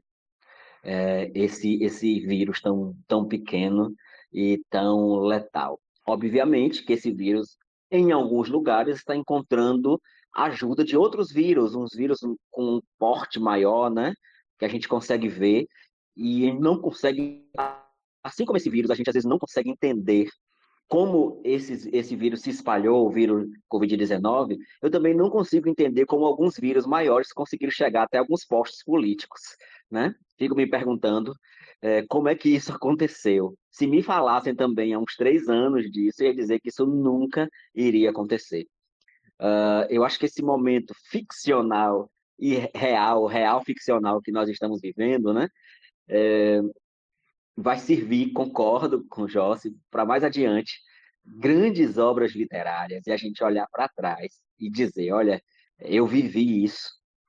D: é, esse, esse vírus tão, tão pequeno e tão letal. Obviamente que esse vírus, em alguns lugares, está encontrando ajuda de outros vírus, uns vírus com um porte maior, né? Que a gente consegue ver e não consegue, assim como esse vírus, a gente às vezes não consegue entender como esse, esse vírus se espalhou, o vírus covid dezenove, eu também não consigo entender como alguns vírus maiores conseguiram chegar até alguns postos políticos, né? Fico me perguntando é, como é que isso aconteceu. Se me falassem também há uns três anos disso, eu ia dizer que isso nunca iria acontecer. Uh, eu acho que esse momento ficcional e real, real ficcional que nós estamos vivendo, né? É, vai servir, concordo com o Jossi, para mais adiante, grandes obras literárias, e a gente olhar para trás e dizer, olha, eu vivi isso,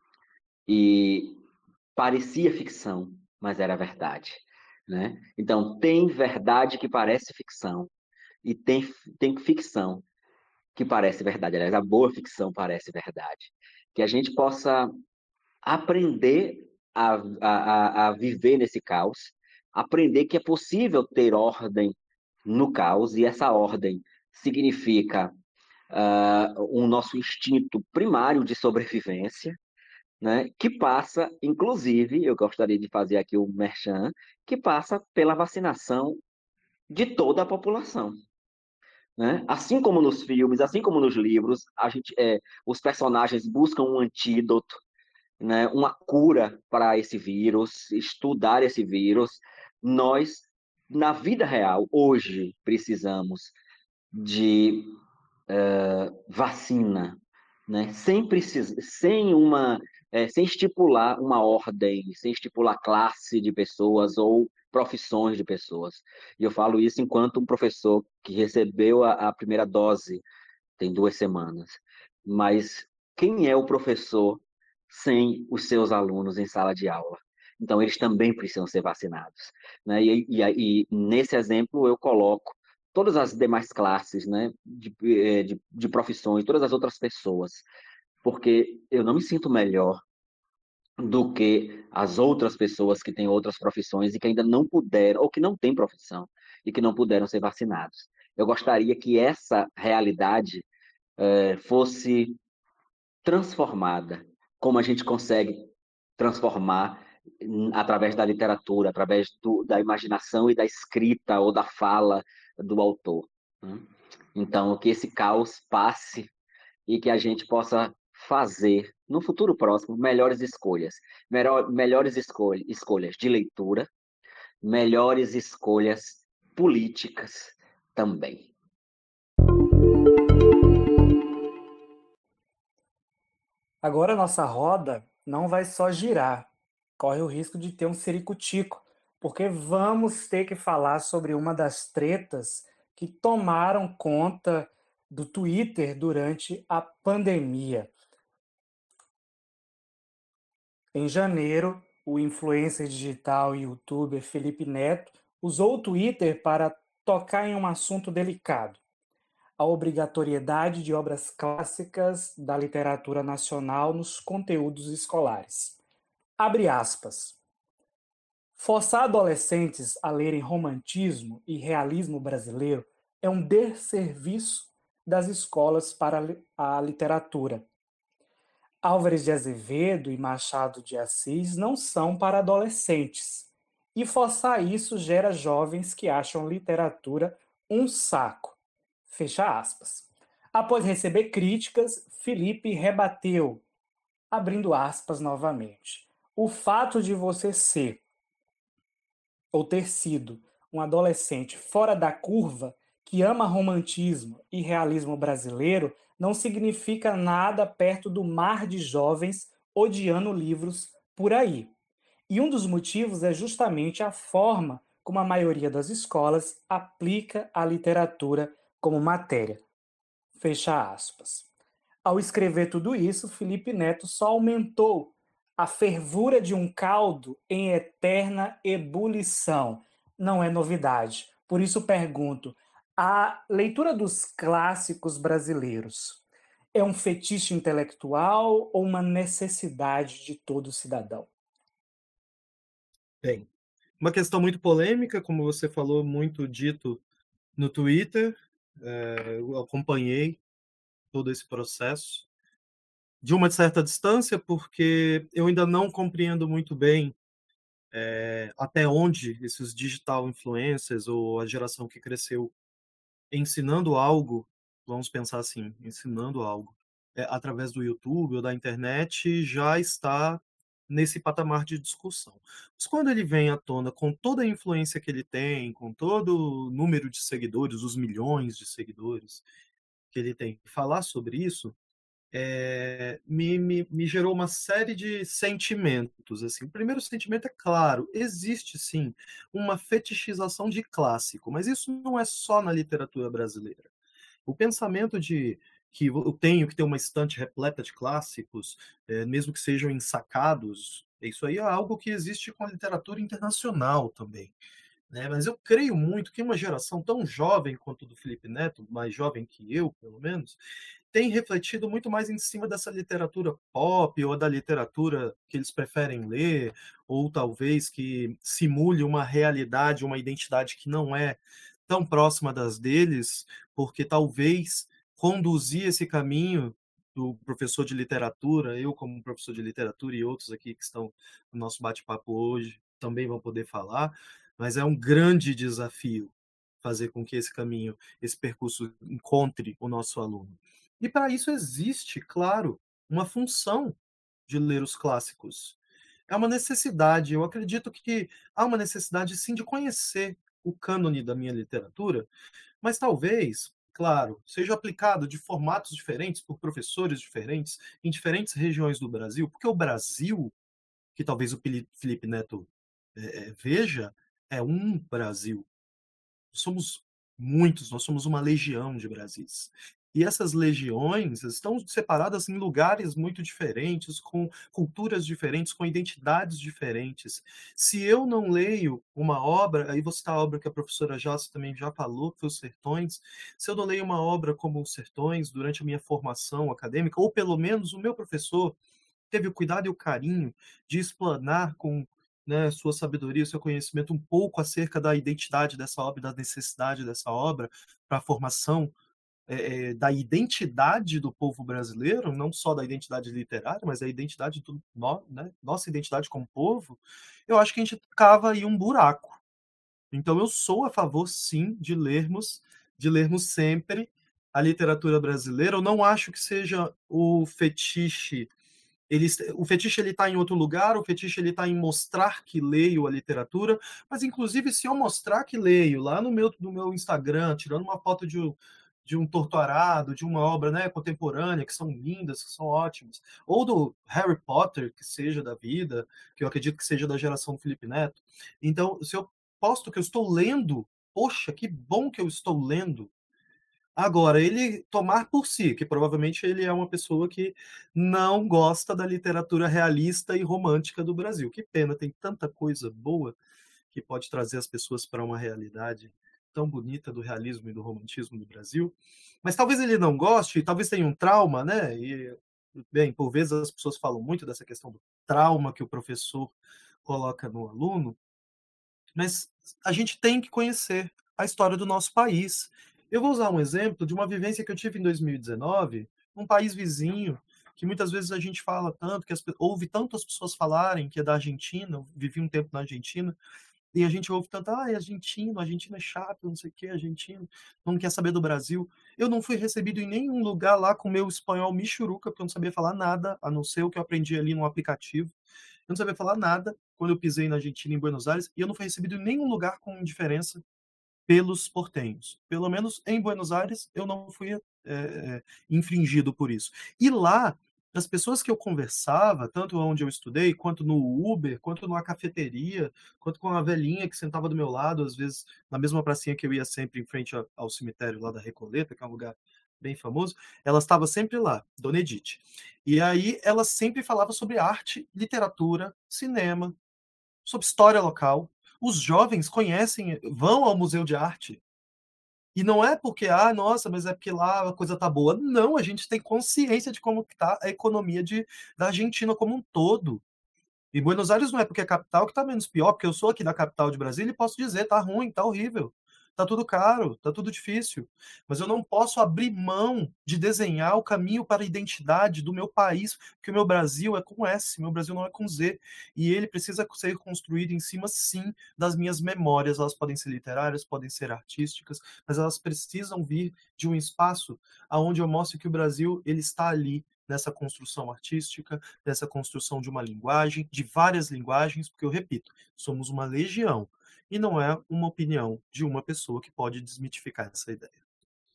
D: e parecia ficção, mas era verdade. Né? Então, tem verdade que parece ficção, e tem, tem ficção que parece verdade. Aliás, a boa ficção parece verdade. Que a gente possa aprender a, a, a viver nesse caos, aprender que é possível ter ordem no caos, e essa ordem significa uh, um nosso instinto primário de sobrevivência, né, que passa, inclusive, eu gostaria de fazer aqui o merchan, que passa pela vacinação de toda a população. Né? Assim como nos filmes, assim como nos livros, a gente, é, os personagens buscam um antídoto, né, uma cura para esse vírus, estudar esse vírus. Nós, na vida real, hoje, precisamos de uh, vacina, né? Sem, precis... sem, uma, é, sem estipular uma ordem, sem estipular classe de pessoas ou profissões de pessoas. E eu falo isso enquanto um professor que recebeu a, a primeira dose tem duas semanas. Mas quem é o professor sem os seus alunos em sala de aula? Então, eles também precisam ser vacinados. Né? E, e, e nesse exemplo, eu coloco todas as demais classes, né, de, de, de profissões, todas as outras pessoas, porque eu não me sinto melhor do que as outras pessoas que têm outras profissões e que ainda não puderam, ou que não têm profissão, e que não puderam ser vacinados. Eu gostaria que essa realidade eh, fosse transformada, como a gente consegue transformar hum, através da literatura, através do, da imaginação e da escrita ou da fala do autor. Né? Então, que esse caos passe e que a gente possa fazer, no futuro próximo, melhores escolhas. Melhor, melhores escolhas, escolhas de leitura, melhores escolhas políticas também.
A: Agora a nossa roda não vai só girar, corre o risco de ter um ciricutico, porque vamos ter que falar sobre uma das tretas que tomaram conta do Twitter durante a pandemia. Em janeiro, o influencer digital e youtuber Felipe Neto usou o Twitter para tocar em um assunto delicado: a obrigatoriedade de obras clássicas da literatura nacional nos conteúdos escolares. Abre aspas. Forçar adolescentes a lerem romantismo e realismo brasileiro é um desserviço das escolas para a literatura. Álvares de Azevedo e Machado de Assis não são para adolescentes, e forçar isso gera jovens que acham literatura um saco. Fecha aspas. Após receber críticas, Felipe rebateu, abrindo aspas novamente. O fato de você ser ou ter sido um adolescente fora da curva que ama romantismo e realismo brasileiro não significa nada perto do mar de jovens odiando livros por aí. E um dos motivos é justamente a forma como a maioria das escolas aplica a literatura como matéria. Fecha aspas. Ao escrever tudo isso, Felipe Neto só aumentou a fervura de um caldo em eterna ebulição. Não é novidade. Por isso pergunto, a leitura dos clássicos brasileiros é um fetiche intelectual ou uma necessidade de todo cidadão?
B: Bem, uma questão muito polêmica, como você falou, muito dito no Twitter. É, eu acompanhei todo esse processo de uma certa distância, porque eu ainda não compreendo muito bem é, até onde esses digital influencers ou a geração que cresceu ensinando algo, vamos pensar assim, ensinando algo é, através do YouTube ou da internet, já está nesse patamar de discussão. Mas quando ele vem à tona com toda a influência que ele tem, com todo o número de seguidores, os milhões de seguidores que ele tem, falar sobre isso, é, me, me, me gerou uma série de sentimentos. Assim. O primeiro sentimento é claro, existe sim uma fetichização de clássico, mas isso não é só na literatura brasileira. O pensamento de que eu tenho que ter uma estante repleta de clássicos, é, mesmo que sejam ensacados, isso aí é algo que existe com a literatura internacional também. Né? Mas eu creio muito que uma geração tão jovem quanto do Felipe Neto, mais jovem que eu, pelo menos, tem refletido muito mais em cima dessa literatura pop ou da literatura que eles preferem ler, ou talvez que simule uma realidade, uma identidade que não é tão próxima das deles, porque talvez conduzir esse caminho do professor de literatura, eu como professor de literatura e outros aqui que estão no nosso bate-papo hoje também vão poder falar, mas é um grande desafio fazer com que esse caminho, esse percurso encontre o nosso aluno. E para isso existe, claro, uma função de ler os clássicos. É uma necessidade, eu acredito que há uma necessidade sim de conhecer o cânone da minha literatura, mas talvez, claro, seja aplicado de formatos diferentes por professores diferentes em diferentes regiões do Brasil, porque o Brasil, que talvez o Felipe Neto é, veja, é um Brasil. Somos muitos, nós somos uma legião de Brasis. E essas legiões estão separadas em lugares muito diferentes, com culturas diferentes, com identidades diferentes. Se eu não leio uma obra, aí vou citar a obra que a professora Jossa também já falou, que foi Os Sertões, se eu não leio uma obra como Os Sertões durante a minha formação acadêmica, ou pelo menos o meu professor teve o cuidado e o carinho de explanar com, né, sua sabedoria, seu conhecimento um pouco acerca da identidade dessa obra, da necessidade dessa obra para a formação é, é, da identidade do povo brasileiro, não só da identidade literária, mas da identidade do no, né, nossa identidade como povo, eu acho que a gente cava aí um buraco. Então eu sou a favor, sim, de lermos, de lermos sempre a literatura brasileira. Eu não acho que seja o fetiche. Ele, o fetiche ele está em outro lugar, o fetiche ele está em mostrar que leio a literatura, mas inclusive se eu mostrar que leio lá no meu, no meu Instagram, tirando uma foto de um, de um torturado, de uma obra, né, contemporânea, que são lindas, que são ótimas, ou do Harry Potter, que seja da vida, que eu acredito que seja da geração do Felipe Neto. Então, se eu posto que eu estou lendo, poxa, que bom que eu estou lendo. Agora, ele tomar por si, que provavelmente ele é uma pessoa que não gosta da literatura realista e romântica do Brasil. Que pena, tem tanta coisa boa que pode trazer as pessoas para uma realidade tão bonita do realismo e do romantismo do Brasil. Mas talvez ele não goste, talvez tenha um trauma, né? E, bem, por vezes as pessoas falam muito dessa questão do trauma que o professor coloca no aluno, mas a gente tem que conhecer a história do nosso país. Eu vou usar um exemplo de uma vivência que eu tive em dois mil e dezenove, num país vizinho, que muitas vezes a gente fala tanto, que as, ouve tantas pessoas falarem que é da Argentina, eu vivi um tempo na Argentina, e a gente ouve tanto, ah, é argentino, argentino é chato, não sei o que, argentino, não quer saber do Brasil. Eu não fui recebido em nenhum lugar lá com meu espanhol michuruca, porque eu não sabia falar nada, a não ser o que eu aprendi ali no aplicativo. Eu não sabia falar nada quando eu pisei na Argentina, em Buenos Aires, e eu não fui recebido em nenhum lugar com indiferença pelos portenhos. Pelo menos em Buenos Aires, eu não fui é, infringido por isso. E lá, as pessoas que eu conversava, tanto onde eu estudei, quanto no Uber, quanto numa cafeteria, quanto com uma velhinha que sentava do meu lado, às vezes na mesma pracinha que eu ia sempre em frente ao cemitério lá da Recoleta, que é um lugar bem famoso, ela estava sempre lá, Dona Edith. E aí ela sempre falava sobre arte, literatura, cinema, sobre história local. Os jovens conhecem, vão ao Museu de Arte. E não é porque, ah, nossa, mas é porque lá a coisa tá boa. Não, a gente tem consciência de como está a economia de, da Argentina como um todo. E Buenos Aires não é porque é capital que tá menos pior, porque eu sou aqui da capital de Brasília e posso dizer, tá ruim, tá horrível. Tá tudo caro, tá tudo difícil. Mas eu não posso abrir mão de desenhar o caminho para a identidade do meu país, porque o meu Brasil é com S, meu Brasil não é com Z. E ele precisa ser construído em cima, sim, das minhas memórias. Elas podem ser literárias, podem ser artísticas, mas elas precisam vir de um espaço onde eu mostre que o Brasil ele está ali, nessa construção artística, nessa construção de uma linguagem, de várias linguagens, porque eu repito, somos uma legião. E não é uma opinião de uma pessoa que pode desmitificar essa ideia.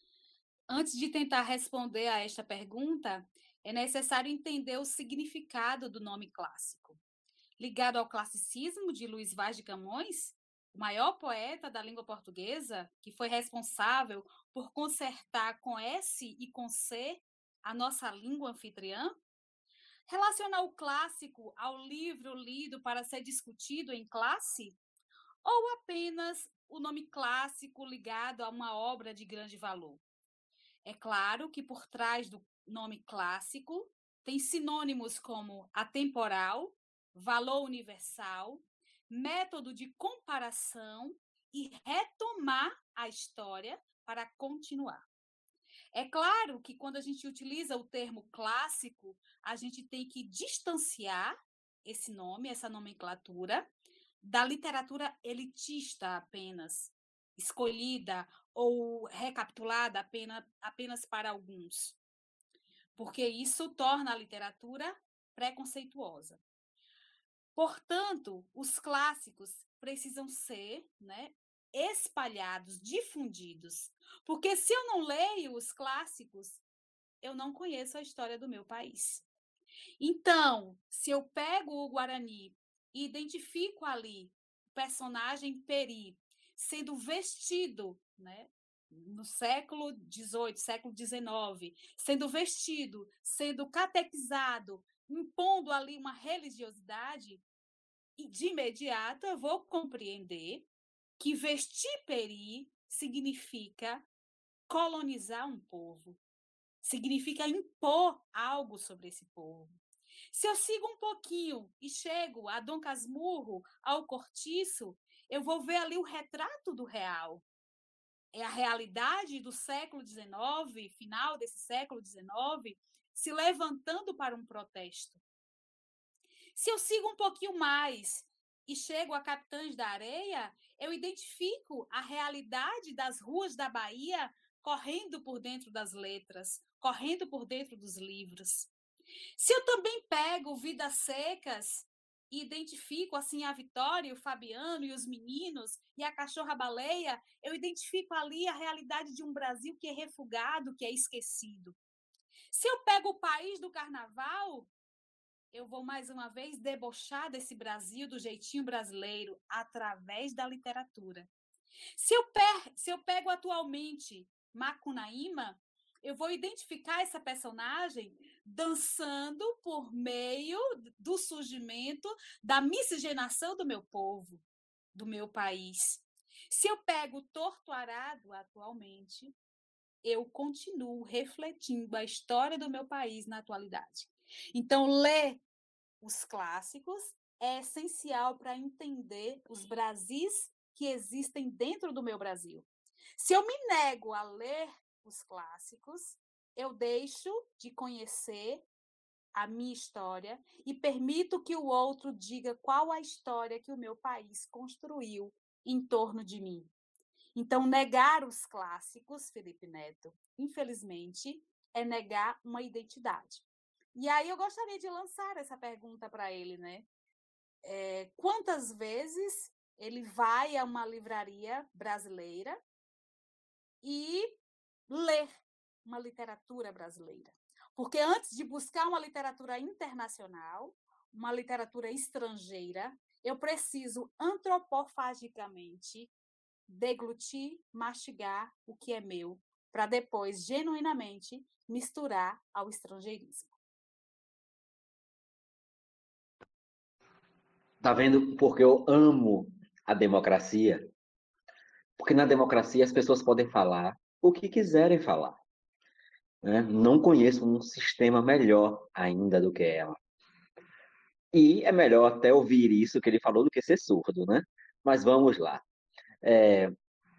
C: Antes de tentar responder a esta pergunta, é necessário entender o significado do nome clássico. Ligado ao classicismo de Luís Vaz de Camões, o maior poeta da língua portuguesa, que foi responsável por consertar com S e com C a nossa língua anfitriã? Relacionar o clássico ao livro lido para ser discutido em classe? Ou apenas o nome clássico ligado a uma obra de grande valor? É claro que por trás do nome clássico tem sinônimos como atemporal, valor universal, método de comparação e retomar a história para continuar. É claro que quando a gente utiliza o termo clássico, a gente tem que distanciar esse nome, essa nomenclatura, da literatura elitista apenas, escolhida ou recapitulada apenas, apenas para alguns, porque isso torna a literatura preconceituosa. Portanto, os clássicos precisam ser, né, espalhados, difundidos, porque se eu não leio os clássicos, eu não conheço a história do meu país. Então, se eu pego o Guarani e identifico ali o personagem Peri sendo vestido, né, no século dezoito, século dezenove, sendo vestido, sendo catequizado, impondo ali uma religiosidade, e de imediato eu vou compreender que vestir Peri significa colonizar um povo, significa impor algo sobre esse povo. Se eu sigo um pouquinho e chego a Dom Casmurro, ao Cortiço, eu vou ver ali o retrato do real. É a realidade do século dezenove, final desse século dezenove, se levantando para um protesto. Se eu sigo um pouquinho mais e chego a Capitães da Areia, eu identifico a realidade das ruas da Bahia correndo por dentro das letras, correndo por dentro dos livros. Se eu também pego Vidas Secas e identifico assim a Vitória, o Fabiano e os meninos e a cachorra-baleia, eu identifico ali a realidade de um Brasil que é refugado, que é esquecido. Se eu pego o País do Carnaval, eu vou mais uma vez debochar desse Brasil do jeitinho brasileiro através da literatura. Se eu, per- se eu pego atualmente Macunaíma, eu vou identificar essa personagem dançando por meio do surgimento da miscigenação do meu povo, do meu país. Se eu pego Torto Arado atualmente, eu continuo refletindo a história do meu país na atualidade. Então, ler os clássicos é essencial para entender os Brasis que existem dentro do meu Brasil. Se eu me nego a ler os clássicos, eu deixo de conhecer a minha história e permito que o outro diga qual a história que o meu país construiu em torno de mim. Então, negar os clássicos, Felipe Neto, infelizmente, é negar uma identidade. E aí eu gostaria de lançar essa pergunta para ele, né? É, quantas vezes ele vai a uma livraria brasileira e ler uma literatura brasileira? Porque antes de buscar uma literatura internacional, uma literatura estrangeira, eu preciso antropofagicamente deglutir, mastigar o que é meu, para depois, genuinamente, misturar ao estrangeirismo.
D: Tá vendo? Porque eu amo a democracia. Porque na democracia as pessoas podem falar o que quiserem falar. Né? Não conheço um sistema melhor ainda do que ela. E é melhor até ouvir isso que ele falou do que ser surdo, né? Mas vamos lá. É,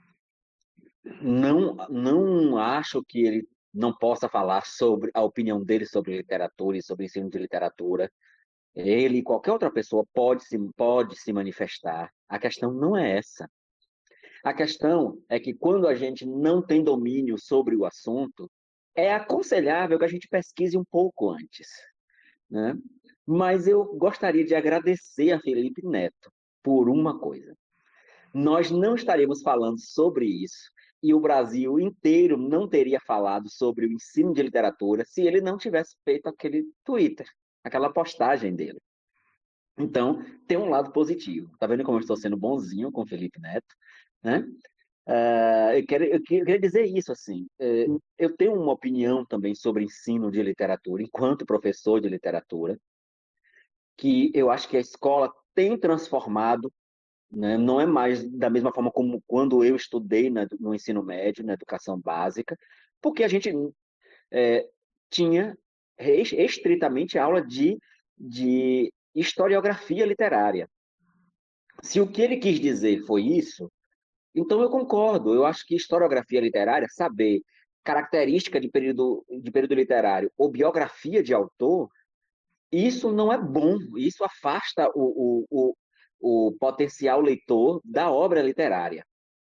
D: não, não acho que ele não possa falar sobre a opinião dele sobre literatura e sobre ensino de literatura. Ele e qualquer outra pessoa pode se, pode se manifestar. A questão não é essa. A questão é que quando a gente não tem domínio sobre o assunto, é aconselhável que a gente pesquise um pouco antes, né? Mas eu gostaria de agradecer a Felipe Neto por uma coisa. Nós não estaríamos falando sobre isso e o Brasil inteiro não teria falado sobre o ensino de literatura se ele não tivesse feito aquele Twitter, aquela postagem dele. Então, tem um lado positivo. Tá vendo como eu estou sendo bonzinho com o Felipe Neto, né? Uh, eu, quero, eu queria dizer isso, assim, uh, eu tenho uma opinião também sobre ensino de literatura, enquanto professor de literatura, que eu acho que a escola tem transformado, né? Não é mais da mesma forma como quando eu estudei na, no ensino médio, na educação básica, porque a gente é, tinha estritamente aula de, de historiografia literária. Se o que ele quis dizer foi isso, então eu concordo. Eu acho que historiografia literária, saber característica de período, de período literário ou biografia de autor, isso não é bom. Isso afasta o, o, o, o potencial leitor da obra literária.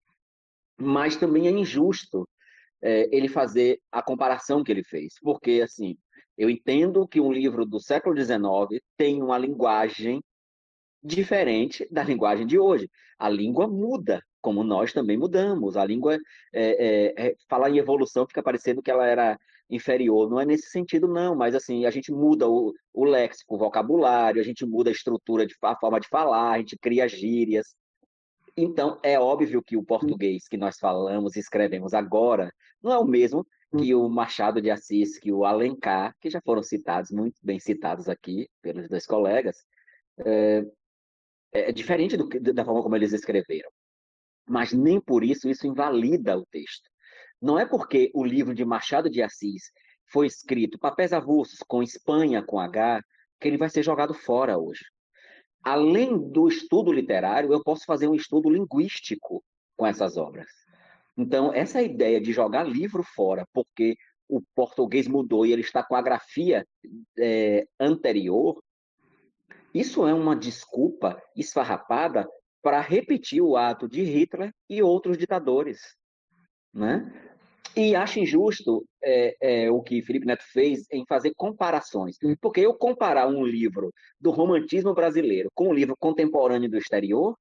D: Mas também é injusto é, ele fazer a comparação que ele fez. Porque, assim, eu entendo que um livro do século dezenove tem uma linguagem diferente da linguagem de hoje. A língua muda, como nós também mudamos. A língua, é, é, é, falar em evolução fica parecendo que ela era inferior. Não é nesse sentido, não, mas assim, a gente muda o, o léxico, o vocabulário, a gente muda a estrutura, de, a forma de falar, a gente cria gírias. Então, é óbvio que o português que nós falamos e escrevemos agora não é o mesmo que o Machado de Assis, que o Alencar, que já foram citados, muito bem citados aqui pelos dois colegas. É, é diferente do, da forma como eles escreveram. Mas nem por isso isso invalida o texto. Não é porque o livro de Machado de Assis foi escrito papéis avulsos, com Espanha, com H, que ele vai ser jogado fora hoje. Além do estudo literário, eu posso fazer um estudo linguístico com essas obras. Então, essa ideia de jogar livro fora, porque o português mudou e ele está com a grafia é, anterior, isso é uma desculpa esfarrapada para repetir o ato de Hitler e outros ditadores, né? E acho injusto é, é, o que Felipe Neto fez em fazer comparações. Porque eu comparar um livro do romantismo brasileiro com um livro contemporâneo do exterior,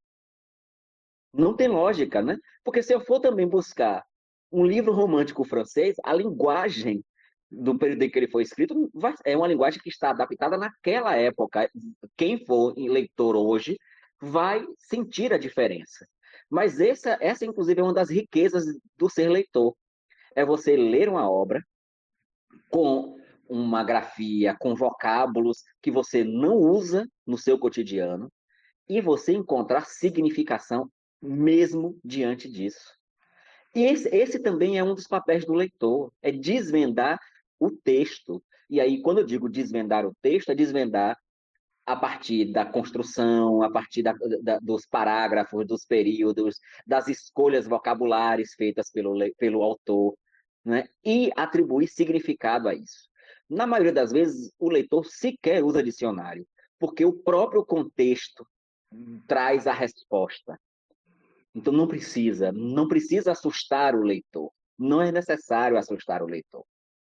D: não tem lógica, né? Porque se eu for também buscar um livro romântico francês, a linguagem do período em que ele foi escrito vai, é uma linguagem que está adaptada naquela época. Quem for leitor hoje vai sentir a diferença. Mas essa, essa inclusive, é uma das riquezas do ser leitor. É você ler uma obra com uma grafia, com vocábulos que você não usa no seu cotidiano e você encontrar significação mesmo diante disso. E esse, esse também é um dos papéis do leitor, é desvendar o texto. E aí, quando eu digo desvendar o texto, é desvendar a partir da construção, a partir da, da, dos parágrafos, dos períodos, das escolhas vocabulares feitas pelo, pelo autor, né? E atribuir significado a isso. Na maioria das vezes, o leitor sequer usa dicionário, porque o próprio contexto traz a resposta. Então não precisa, não precisa assustar o leitor. Não é necessário assustar o leitor.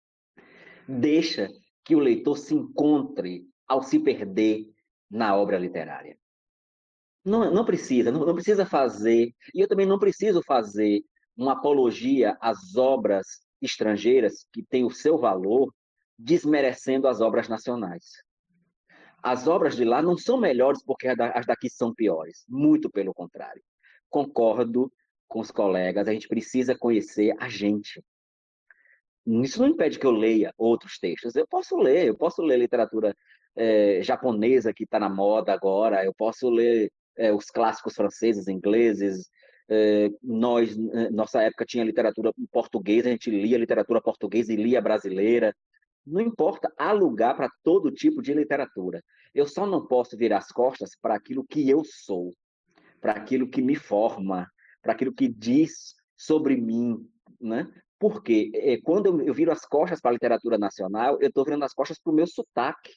D: Deixa que o leitor se encontre ao se perder na obra literária. Não, não precisa, não, não precisa fazer, e eu também não preciso fazer uma apologia às obras estrangeiras que têm o seu valor, desmerecendo as obras nacionais. As obras de lá não são melhores porque as daqui são piores, muito pelo contrário. Concordo com os colegas, a gente precisa conhecer a gente. Isso não impede que eu leia outros textos. Eu posso ler, eu posso ler literatura é, japonesa que está na moda agora, eu posso ler é, os clássicos franceses, ingleses. É, nós, nossa época tinha literatura portuguesa, a gente lia literatura portuguesa e lia brasileira. Não importa, há lugar para todo tipo de literatura. Eu só não posso virar as costas para aquilo que eu sou, para aquilo que me forma, para aquilo que diz sobre mim, né? Porque é, quando eu, eu viro as costas para a literatura nacional, eu estou virando as costas para o meu sotaque.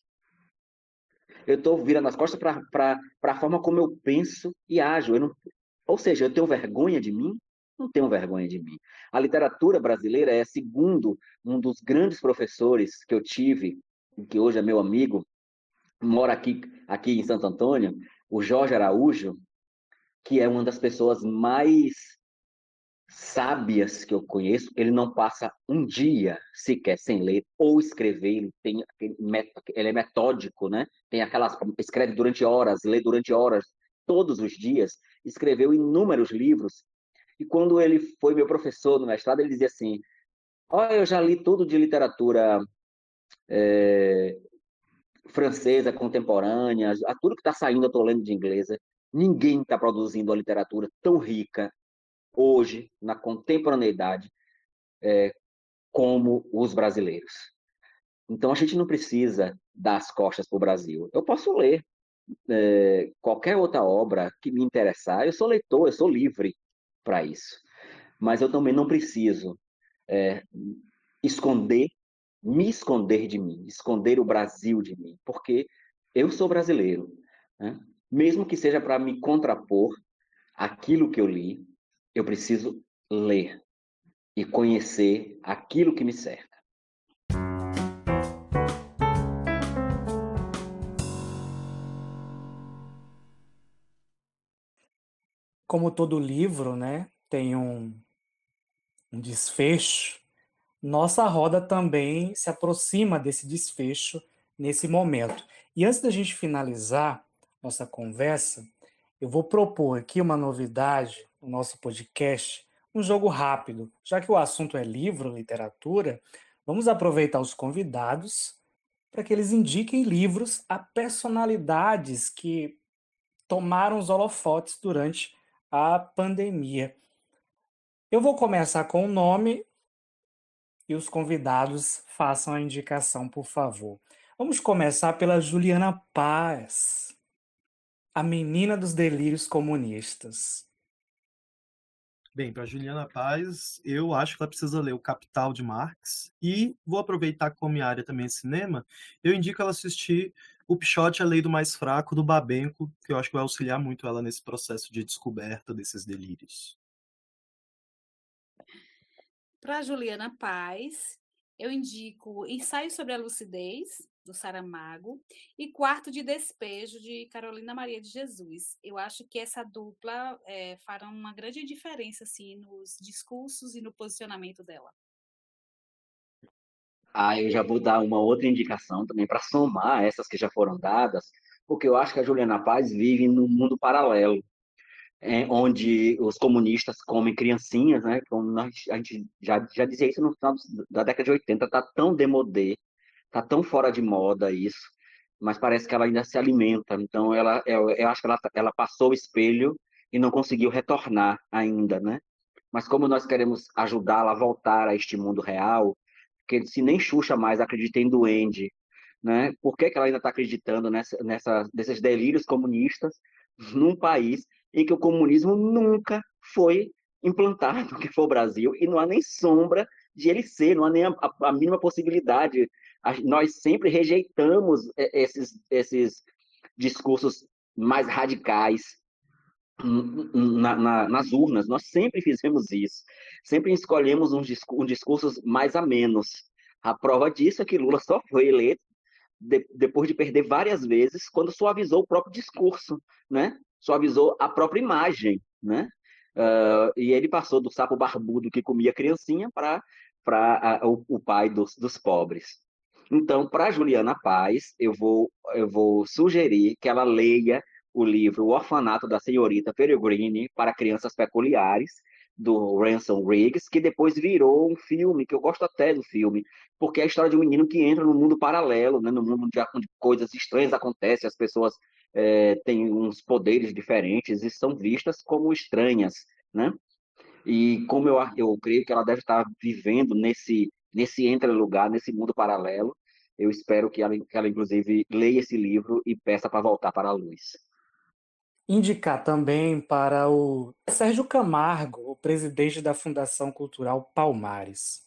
D: Eu estou virando as costas para a forma como eu penso e ajo. Eu não, ou seja, eu tenho vergonha de mim? Não tenho vergonha de mim. A literatura brasileira é, segundo um dos grandes professores que eu tive, que hoje é meu amigo, mora aqui, aqui em Santo Antônio, o Jorge Araújo, que é uma das pessoas mais sábias que eu conheço. Ele não passa um dia sequer sem ler ou escrever. Ele, tem, ele é metódico, né? Tem aquelas, escreve durante horas, lê durante horas, todos os dias. Escreveu inúmeros livros. E quando ele foi meu professor no mestrado, ele dizia assim: olha, eu já li tudo de literatura é, francesa, contemporânea, tudo que está saindo eu estou lendo de inglesa. Ninguém está produzindo uma literatura tão rica hoje, na contemporaneidade, é, como os brasileiros. Então, a gente não precisa dar as costas para o Brasil. Eu posso ler é, qualquer outra obra que me interessar. Eu sou leitor, eu sou livre para isso. Mas eu também não preciso é, esconder, me esconder de mim, esconder o Brasil de mim, porque eu sou brasileiro, né? Mesmo que seja para me contrapor àquilo que eu li, eu preciso ler e conhecer aquilo que me cerca.
A: Como todo livro, né, tem um, um desfecho, nossa roda também se aproxima desse desfecho nesse momento. E antes da gente finalizar nossa conversa, eu vou propor aqui uma novidade no nosso podcast, um jogo rápido. Já que o assunto é livro, literatura, vamos aproveitar os convidados para que eles indiquem livros a personalidades que tomaram os holofotes durante a pandemia. Eu vou começar com o nome e os convidados façam a indicação, por favor. Vamos começar pela Juliana Paz, a menina dos delírios comunistas.
B: Bem, para Juliana Paz, eu acho que ela precisa ler O Capital de Marx e vou aproveitar que como minha área também é cinema, eu indico ela assistir O Pichote, a Lei do Mais Fraco, do Babenco, que eu acho que vai auxiliar muito ela nesse processo de descoberta desses delírios.
C: Para Juliana Paz, eu indico Ensaio sobre a Lucidez, do Saramago, e Quarto de Despejo, de Carolina Maria de Jesus. Eu acho que essa dupla é, fará uma grande diferença assim, nos discursos e no posicionamento dela.
D: Ah, eu já vou dar uma outra indicação também para somar essas que já foram dadas, porque eu acho que a Juliana Paz vive num mundo paralelo, é, onde os comunistas comem criancinhas, né? Como nós, a gente já, já dizia isso no final da década de oitenta, tá tão demodé, tá tão fora de moda isso, mas parece que ela ainda se alimenta. Então, ela, eu, eu acho que ela, ela passou o espelho e não conseguiu retornar ainda, né? Mas como nós queremos ajudá-la a voltar a este mundo real, porque se nem Xuxa mais acredita em duende, né? Por que, que ela ainda está acreditando nessa, nessa, nesses delírios comunistas num país em que o comunismo nunca foi implantado, que foi o Brasil, e não há nem sombra de ele ser, não há nem a, a, a mínima possibilidade. A, nós sempre rejeitamos esses, esses discursos mais radicais, na, na, nas urnas, nós sempre fizemos isso. Sempre escolhemos um, um discursos mais a menos. A prova disso é que Lula só foi eleito de, depois de perder várias vezes, quando suavizou o próprio discurso, né? Suavizou a própria imagem, né? Uh, e ele passou do sapo barbudo que comia criancinha para o, o pai dos, dos pobres. Então, para Juliana Paz, eu vou, eu vou sugerir que ela leia o livro O Orfanato da Senhorita Peregrine para Crianças Peculiares, do Ransom Riggs, que depois virou um filme, que eu gosto até do filme, porque é a história de um menino que entra no mundo paralelo, né, no mundo onde coisas estranhas acontecem, as pessoas é, têm uns poderes diferentes e são vistas como estranhas, né? E como eu, eu creio que ela deve estar vivendo nesse, nesse entre-lugar, nesse mundo paralelo, eu espero que ela, que ela, inclusive, leia esse livro e peça para voltar para a luz.
A: Indicar também para o Sérgio Camargo, o presidente da Fundação Cultural Palmares.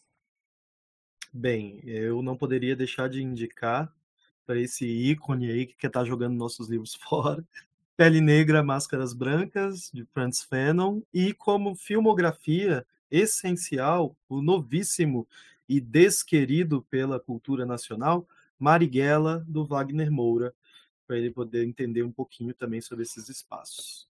B: Bem, eu não poderia deixar de indicar para esse ícone aí que quer estar jogando nossos livros fora, Pele Negra, Máscaras Brancas, de Frantz Fanon, e como filmografia essencial, o novíssimo e desquerido pela cultura nacional, Marighella, do Wagner Moura, para ele poder entender um pouquinho também sobre esses espaços.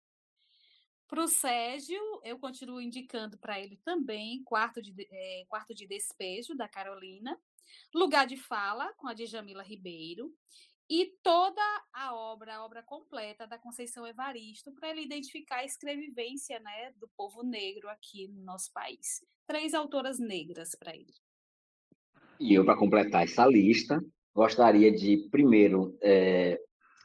C: Para o Sérgio, eu continuo indicando para ele também Quarto de, é, Quarto de Despejo, da Carolina, Lugar de Fala, com a Djamila Ribeiro, e toda a obra, a obra completa da Conceição Evaristo, para ele identificar a escrevivência, né, do povo negro aqui no nosso país. Três autoras negras para ele.
D: E eu, para completar essa lista, gostaria de, primeiro, é,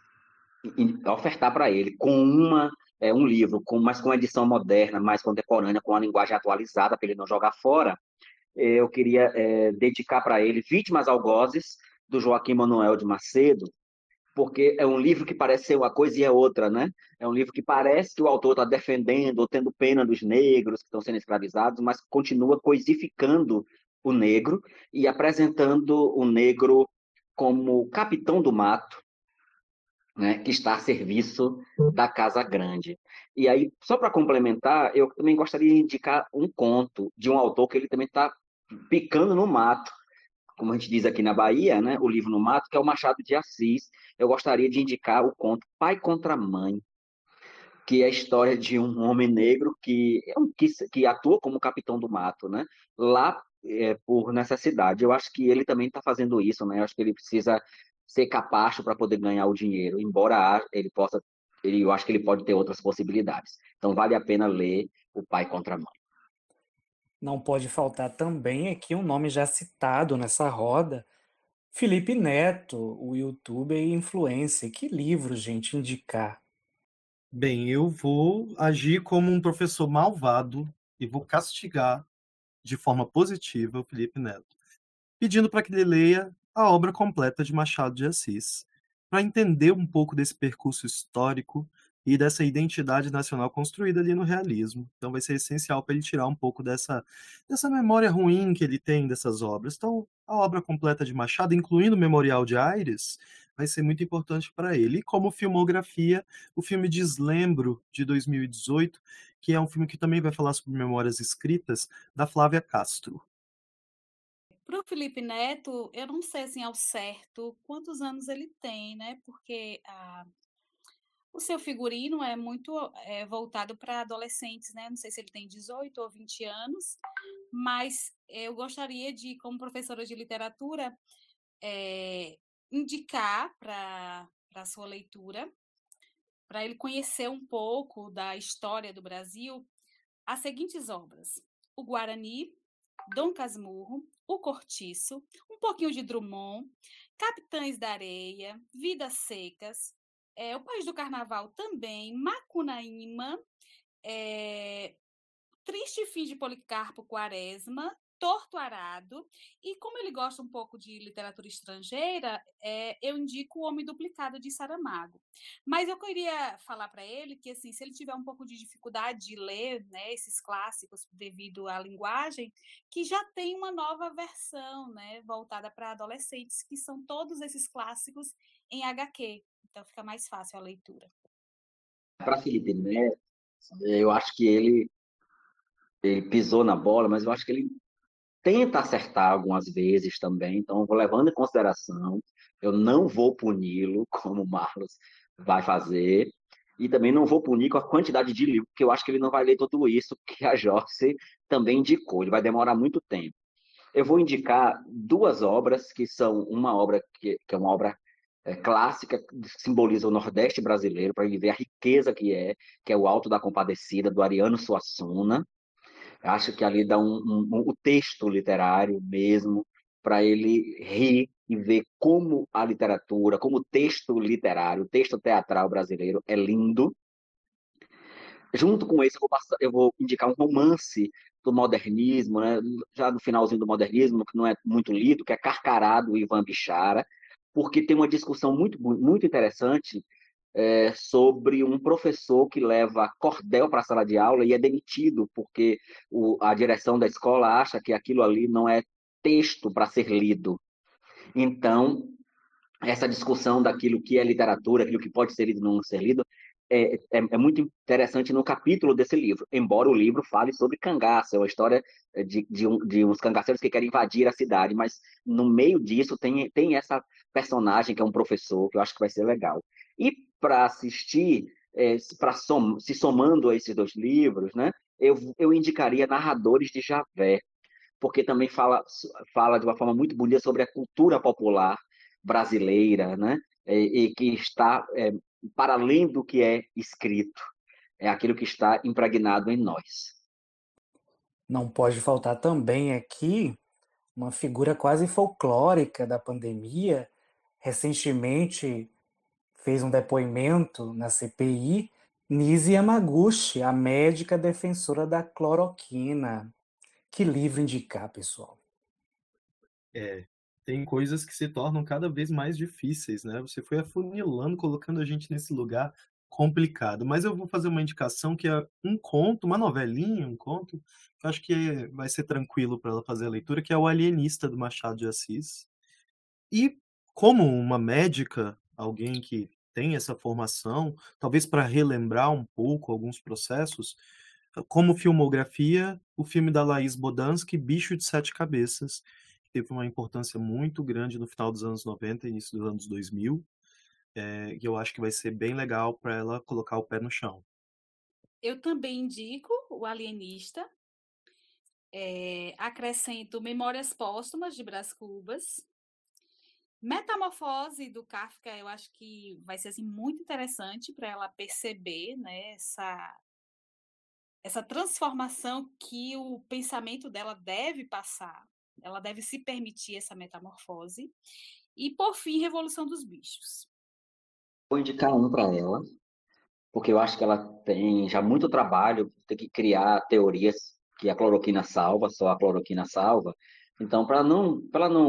D: ofertar para ele com uma, é, um livro, com, mas com uma edição moderna, mais contemporânea, com a linguagem atualizada, para ele não jogar fora. Eu queria é, dedicar para ele Vítimas Algozes, do Joaquim Manuel de Macedo, porque é um livro que parece ser uma coisa e é outra, né? É um livro que parece que o autor está defendendo ou tendo pena dos negros que estão sendo escravizados, mas continua coisificando o negro e apresentando o negro como capitão do mato, né, que está a serviço da Casa Grande. E aí, só para complementar, eu também gostaria de indicar um conto de um autor que ele também está picando no mato, como a gente diz aqui na Bahia, né, o livro no mato, que é o Machado de Assis. Eu gostaria de indicar o conto Pai contra Mãe, que é a história de um homem negro que, que, que atua como capitão do mato, né, lá é, por necessidade. Eu acho que ele também está fazendo isso, né, eu acho que ele precisa ser capacho para poder ganhar o dinheiro, embora ele possa, ele, eu acho que ele pode ter outras possibilidades. Então vale a pena ler O Pai contra a Mãe.
A: Não pode faltar também aqui um nome já citado nessa roda, Felipe Neto, o youtuber e influencer. Que livro, gente, indicar?
B: Bem, eu vou agir como um professor malvado e vou castigar de forma positiva o Felipe Neto, pedindo para que ele leia a obra completa de Machado de Assis, para entender um pouco desse percurso histórico e dessa identidade nacional construída ali no realismo. Então vai ser essencial para ele tirar um pouco dessa, dessa memória ruim que ele tem dessas obras. Então, a obra completa de Machado, incluindo o Memorial de Aires, vai ser muito importante para ele. E como filmografia, o filme Deslembro, de dois mil e dezoito, que é um filme que também vai falar sobre memórias escritas, da Flávia Castro.
C: Para o Felipe Neto, eu não sei assim ao certo quantos anos ele tem, né? Porque a, o seu figurino é muito é, voltado para adolescentes, né? Não sei se ele tem dezoito ou vinte anos, mas eu gostaria de, como professora de literatura, é, indicar para a sua leitura, para ele conhecer um pouco da história do Brasil, as seguintes obras: o Guarani, Dom Casmurro, o Cortiço, um pouquinho de Drummond, Capitães da Areia, Vidas Secas, é, O País do Carnaval também, Macunaíma, é, Triste Fim de Policarpo Quaresma, Torto Arado, e como ele gosta um pouco de literatura estrangeira, é, eu indico O Homem Duplicado, de Saramago. Mas eu queria falar para ele que, assim, se ele tiver um pouco de dificuldade de ler, né, esses clássicos devido à linguagem, que já tem uma nova versão, né, voltada para adolescentes, que são todos esses clássicos em H Q. Então fica mais fácil a leitura.
D: Para Felipe Neto, eu acho que ele, ele pisou na bola, mas eu acho que ele tenta acertar algumas vezes também, então eu vou levando em consideração. Eu não vou puni-lo, como o Marlos vai fazer, e também não vou punir com a quantidade de livros, porque eu acho que ele não vai ler tudo isso que a Joyce também indicou, ele vai demorar muito tempo. Eu vou indicar duas obras, que são uma obra que, que é uma obra é, clássica, que simboliza o Nordeste brasileiro, para ele ver a riqueza que é, que é o Alto da Compadecida, do Ariano Suassuna. Acho que ali dá um, um, um o texto literário mesmo, para ele rir e ver como a literatura, como o texto literário, o texto teatral brasileiro é lindo. Junto com esse, eu vou, passar, eu vou indicar um romance do modernismo, né? Já no finalzinho do modernismo, que não é muito lido, que é Carcará, do Ivan Bichara, porque tem uma discussão muito, muito interessante é, sobre um professor que leva cordel para a sala de aula e é demitido porque o, a direção da escola acha que aquilo ali não é texto para ser lido. Então, essa discussão daquilo que é literatura, aquilo que pode ser lido e não ser lido, é, é, é, muito interessante no capítulo desse livro, embora o livro fale sobre cangaço, é uma história de, de, um, de uns cangaceiros que querem invadir a cidade, mas no meio disso tem, tem essa personagem que é um professor, que eu acho que vai ser legal. E para assistir, é, pra som, se somando a esses dois livros, né, eu, eu indicaria Narradores de Javé, porque também fala, fala de uma forma muito bonita sobre a cultura popular brasileira, né? E, e que está é, para além do que é escrito, é aquilo que está impregnado em nós.
A: Não pode faltar também aqui uma figura quase folclórica da pandemia. Recentemente fez um depoimento na C P I, Nise Yamaguchi, a médica defensora da cloroquina. Que livro indicar, pessoal?
B: É, tem coisas que se tornam cada vez mais difíceis, né? Você foi afunilando, colocando a gente nesse lugar complicado. Mas eu vou fazer uma indicação que é um conto, uma novelinha, um conto, que eu acho que vai ser tranquilo para ela fazer a leitura, que é O Alienista, do Machado de Assis. E como uma médica, alguém que tem essa formação, talvez para relembrar um pouco alguns processos, como filmografia, o filme da Laís Bodansky, Bicho de Sete Cabeças, que teve uma importância muito grande no final dos anos noventa, início dos anos dois mil, é, e eu acho que vai ser bem legal para ela colocar o pé no chão.
C: Eu também indico O Alienista, é, acrescento Memórias Póstumas, de Brás Cubas, Metamorfose, do Kafka. Eu acho que vai ser assim, muito interessante para ela perceber, né, essa, essa transformação que o pensamento dela deve passar. Ela deve se permitir essa metamorfose. E, por fim, Revolução dos Bichos.
D: Vou indicar um para ela, porque eu acho que ela tem já muito trabalho, tem que criar teorias que a cloroquina salva, só a cloroquina salva. Então, para não, para não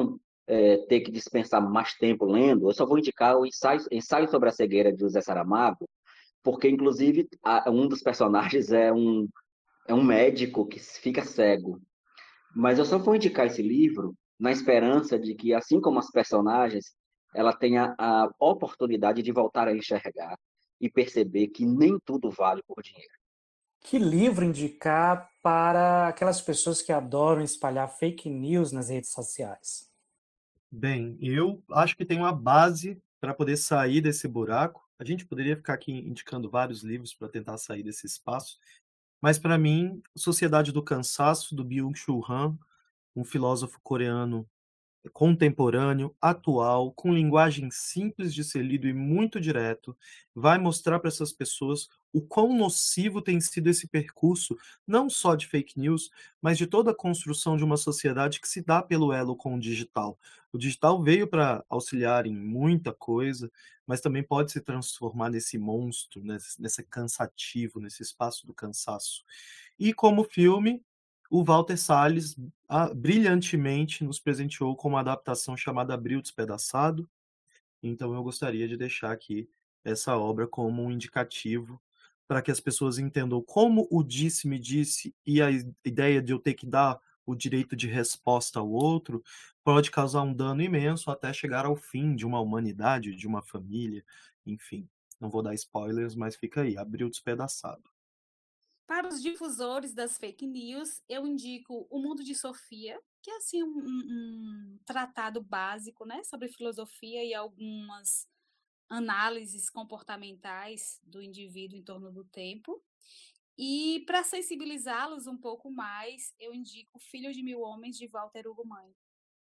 D: é, ter que dispensar mais tempo lendo, eu só vou indicar o ensaio, ensaio sobre a cegueira de José Saramago, porque, inclusive, a, um dos personagens é um, é um médico que fica cego. Mas eu só vou indicar esse livro na esperança de que, assim como as personagens, ela tenha a oportunidade de voltar a enxergar e perceber que nem tudo vale por dinheiro.
A: Que livro indicar para aquelas pessoas que adoram espalhar fake news nas redes sociais?
B: Bem, eu acho que tem uma base para poder sair desse buraco. A gente poderia ficar aqui indicando vários livros para tentar sair desse espaço, mas para mim, Sociedade do Cansaço, do Byung-Chul Han, um filósofo coreano contemporâneo, atual, com linguagem simples de ser lido e muito direto, vai mostrar para essas pessoas o quão nocivo tem sido esse percurso, não só de fake news, mas de toda a construção de uma sociedade que se dá pelo elo com o digital. O digital veio para auxiliar em muita coisa, mas também pode se transformar nesse monstro, nesse, nesse cansativo, nesse espaço do cansaço. E como filme, o Walter Salles ah, brilhantemente nos presenteou com uma adaptação chamada Abril Despedaçado. Então eu gostaria de deixar aqui essa obra como um indicativo para que as pessoas entendam como o disse-me disse e a ideia de eu ter que dar o direito de resposta ao outro pode causar um dano imenso até chegar ao fim de uma humanidade, de uma família, enfim. Não vou dar spoilers, mas fica aí, Abril Despedaçado.
C: Para os difusores das fake news, eu indico O Mundo de Sofia, que é assim um, um, um tratado básico, né, sobre filosofia e algumas análises comportamentais do indivíduo em torno do tempo. E para sensibilizá-los um pouco mais, eu indico Filho de Mil Homens, de Walter Hugo Mãe.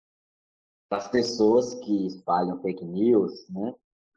D: As pessoas que espalham fake news, né?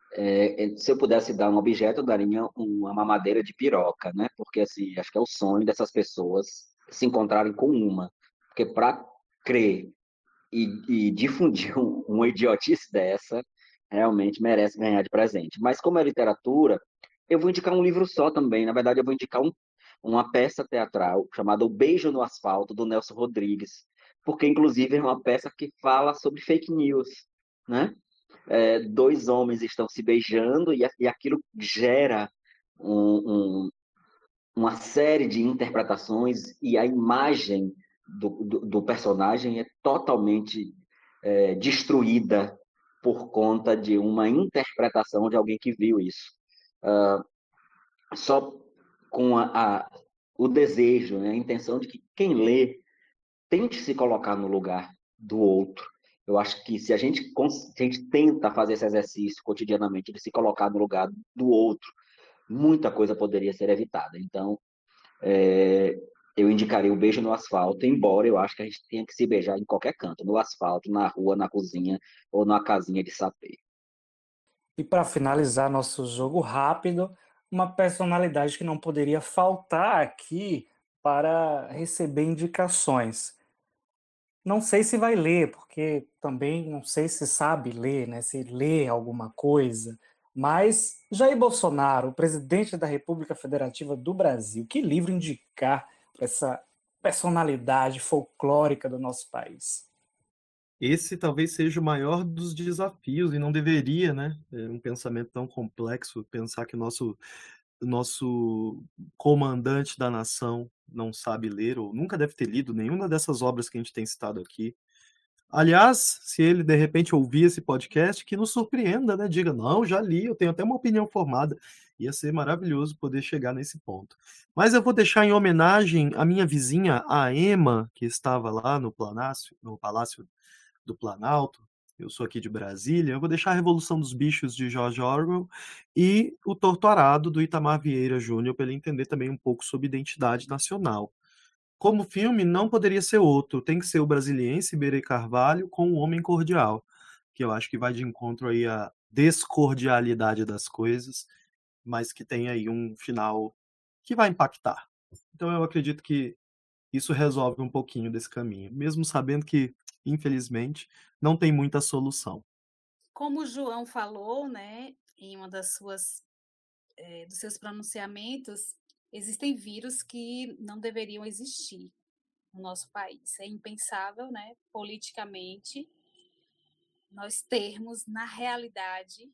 D: É, se eu pudesse dar um objeto, eu daria uma mamadeira de piroca, né? Porque, assim, acho que é o sonho dessas pessoas se encontrarem com uma. Porque para crer e, e difundir um, uma idiotice dessa, realmente merece ganhar de presente. Mas como é literatura, eu vou indicar um livro só também. Na verdade, eu vou indicar um, uma peça teatral chamada O Beijo no Asfalto, do Nelson Rodrigues. Porque, inclusive, é uma peça que fala sobre fake news, né? É, dois homens estão se beijando e, e aquilo gera um, um, uma série de interpretações e a imagem do, do, do personagem é totalmente é, destruída por conta de uma interpretação de alguém que viu isso. Uh, só com a, a, o desejo, né, a intenção de que quem lê tente se colocar no lugar do outro. Eu acho que se a gente, se a gente tenta fazer esse exercício cotidianamente de se colocar no lugar do outro, muita coisa poderia ser evitada. Então, é, eu indicaria o beijo no asfalto, embora eu acho que a gente tenha que se beijar em qualquer canto, no asfalto, na rua, na cozinha ou na casinha de sapê.
A: E para finalizar nosso jogo rápido, uma personalidade que não poderia faltar aqui para receber indicações. Não sei se vai ler, porque também não sei se sabe ler, né? Se lê alguma coisa. Mas Jair Bolsonaro, o presidente da República Federativa do Brasil, que livro indicar para essa personalidade folclórica do nosso país?
B: Esse talvez seja o maior dos desafios, e não deveria, né? É um pensamento tão complexo, pensar que o nosso, nosso comandante da nação não sabe ler, ou nunca deve ter lido nenhuma dessas obras que a gente tem citado aqui. Aliás, se ele de repente ouvir esse podcast, que nos surpreenda, né? Diga, não, já li, eu tenho até uma opinião formada. Ia ser maravilhoso poder chegar nesse ponto. Mas eu vou deixar em homenagem à minha vizinha, a Emma, que estava lá no Palácio, no Palácio do Planalto. Eu sou aqui de Brasília. Eu vou deixar a Revolução dos Bichos, de George Orwell, e O Torturado, do Itamar Vieira Júnior, para ele entender também um pouco sobre identidade nacional. Como filme, não poderia ser outro. Tem que ser o Brasiliense, Iberê Carvalho, com O Homem Cordial, que eu acho que vai de encontro aí à descordialidade das coisas, mas que tem aí um final que vai impactar. Então eu acredito que isso resolve um pouquinho desse caminho, mesmo sabendo que, infelizmente, não tem muita solução.
C: Como o João falou, né, em uma das suas é, dos seus pronunciamentos, existem vírus que não deveriam existir no nosso país. É impensável, né, politicamente, nós termos, na realidade,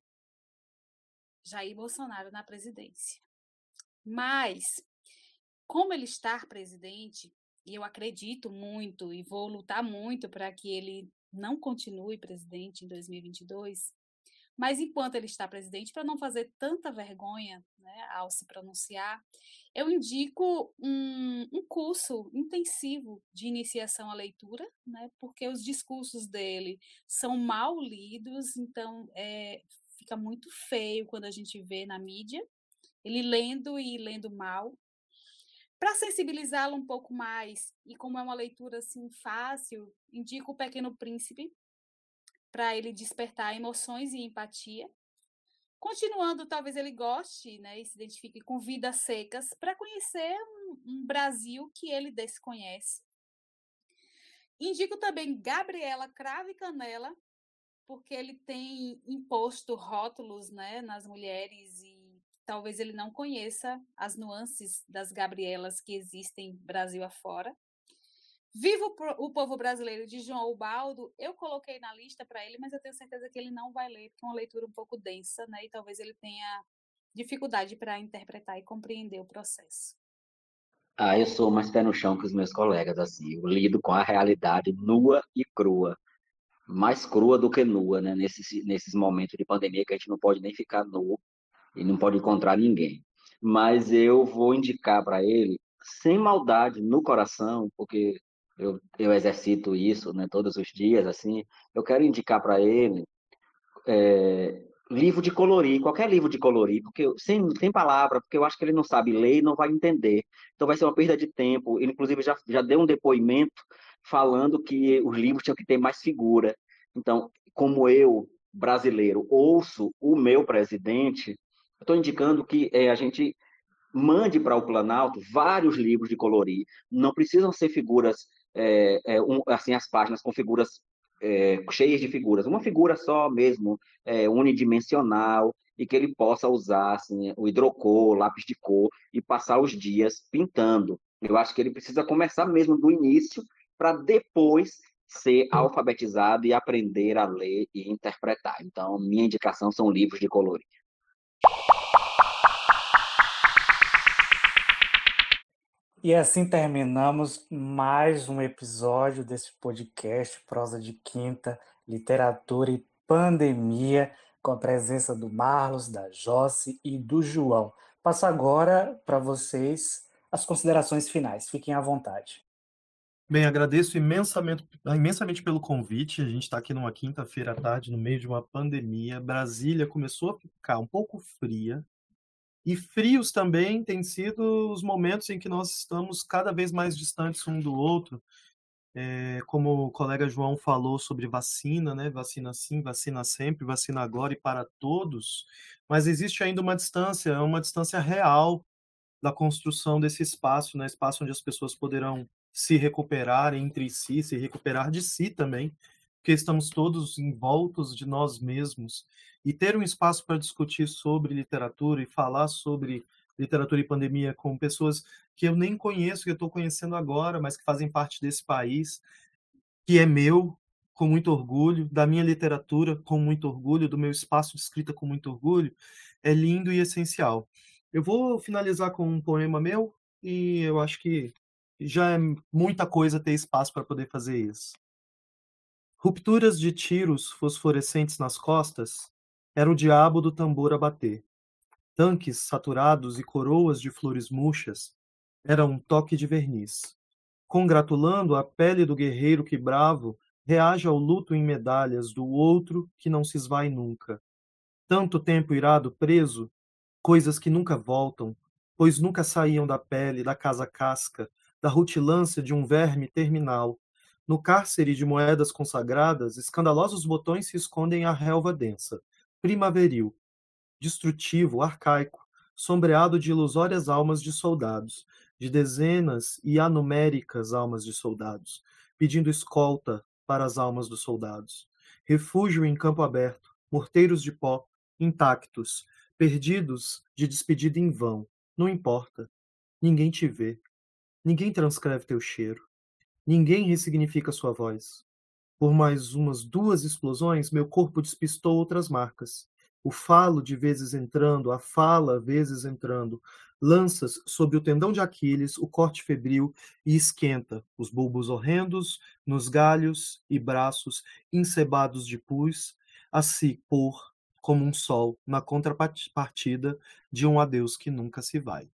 C: Jair Bolsonaro na presidência. Mas, como ele está presidente, e eu acredito muito e vou lutar muito para que ele não continue presidente em dois mil e vinte e dois, mas enquanto ele está presidente, para não fazer tanta vergonha, né, ao se pronunciar, eu indico um, um curso intensivo de iniciação à leitura, né, porque os discursos dele são mal lidos, então é, fica muito feio quando a gente vê na mídia, ele lendo e lendo mal. Para sensibilizá-lo um pouco mais, e como é uma leitura assim fácil, indico O Pequeno Príncipe, para ele despertar emoções e empatia. Continuando, talvez ele goste, né, e se identifique com Vidas Secas, para conhecer um, um Brasil que ele desconhece. Indico também Gabriela Cravo e Canela, porque ele tem imposto rótulos, né, nas mulheres e talvez ele não conheça as nuances das Gabrielas que existem Brasil afora. Viva o Povo Brasileiro, de João Ubaldo, eu coloquei na lista para ele, mas eu tenho certeza que ele não vai ler, porque é uma leitura um pouco densa, né? E talvez ele tenha dificuldade para interpretar e compreender o processo.
D: Ah, eu sou mais pé no chão que os meus colegas, assim. Eu lido com a realidade nua e crua. Mais crua do que nua, né? Nesses, nesses momentos de pandemia que a gente não pode nem ficar nu e não pode encontrar ninguém. Mas eu vou indicar para ele, sem maldade no coração, porque eu, eu exercito isso, né, todos os dias, assim, eu quero indicar para ele é, livro de colorir, qualquer livro de colorir, porque eu- sem, sem palavra, porque eu acho que ele não sabe ler e não vai entender. Então vai ser uma perda de tempo. Ele, inclusive, já, já deu um depoimento falando que os livros tinham que ter mais figura. Então, como eu, brasileiro, ouço o meu presidente, estou indicando que é, a gente mande para o Planalto vários livros de colorir. Não precisam ser figuras, é, é, um, assim, as páginas com figuras é, cheias de figuras. Uma figura só mesmo, é, unidimensional, e que ele possa usar assim, o hidrocor, lápis de cor, e passar os dias pintando. Eu acho que ele precisa começar mesmo do início, para depois ser alfabetizado e aprender a ler e interpretar. Então, minha indicação são livros de colorir.
A: E assim terminamos mais um episódio desse podcast Prosa de Quinta, Literatura e Pandemia, com a presença do Marlos, da Josse e do João. Passo agora para vocês as considerações finais. Fiquem à vontade.
B: Bem, agradeço imensamente, imensamente pelo convite. A gente está aqui numa quinta-feira à tarde, no meio de uma pandemia. Brasília começou a ficar um pouco fria. E frios também têm sido os momentos em que nós estamos cada vez mais distantes um do outro. É, como o colega João falou sobre vacina, né? Vacina sim, vacina sempre, vacina agora e para todos. Mas existe ainda uma distância, uma distância real da construção desse espaço, né? Espaço onde as pessoas poderão se recuperar entre si, se recuperar de si também, porque estamos todos envoltos de nós mesmos. E ter um espaço para discutir sobre literatura e falar sobre literatura e pandemia com pessoas que eu nem conheço, que eu estou conhecendo agora, mas que fazem parte desse país, que é meu, com muito orgulho, da minha literatura com muito orgulho, do meu espaço de escrita com muito orgulho, é lindo e essencial. Eu vou finalizar com um poema meu, e eu acho que já é muita coisa ter espaço para poder fazer isso. Rupturas de tiros fosforescentes nas costas era o diabo do tambor a bater. Tanques saturados e coroas de flores murchas era um toque de verniz. Congratulando a pele do guerreiro que bravo reage ao luto em medalhas do outro que não se esvai nunca. Tanto tempo irado preso, coisas que nunca voltam, pois nunca saíam da pele, da casa casca, da rutilância de um verme terminal. No cárcere de moedas consagradas, escandalosos botões se escondem à relva densa, primaveril, destrutivo, arcaico, sombreado de ilusórias almas de soldados, de dezenas e anuméricas almas de soldados, pedindo escolta para as almas dos soldados. Refúgio em campo aberto, morteiros de pó, intactos, perdidos de despedida em vão. Não importa. Ninguém te vê. Ninguém transcreve teu cheiro. Ninguém ressignifica sua voz. Por mais umas duas explosões, meu corpo despistou outras marcas. O falo de vezes entrando, a fala vezes entrando, lanças sob o tendão de Aquiles, o corte febril e esquenta, os bulbos horrendos nos galhos e braços encebados de pus, a se pôr como um sol na contrapartida de um adeus que nunca se vai.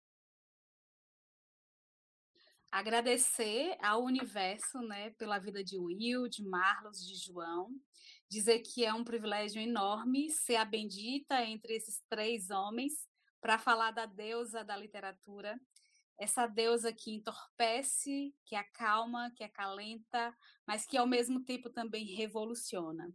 C: Agradecer ao universo, né, pela vida de Will, de Marlos, de João, dizer que é um privilégio enorme ser a bendita entre esses três homens para falar da deusa da literatura, essa deusa que entorpece, que acalma, que acalenta, mas que ao mesmo tempo também revoluciona.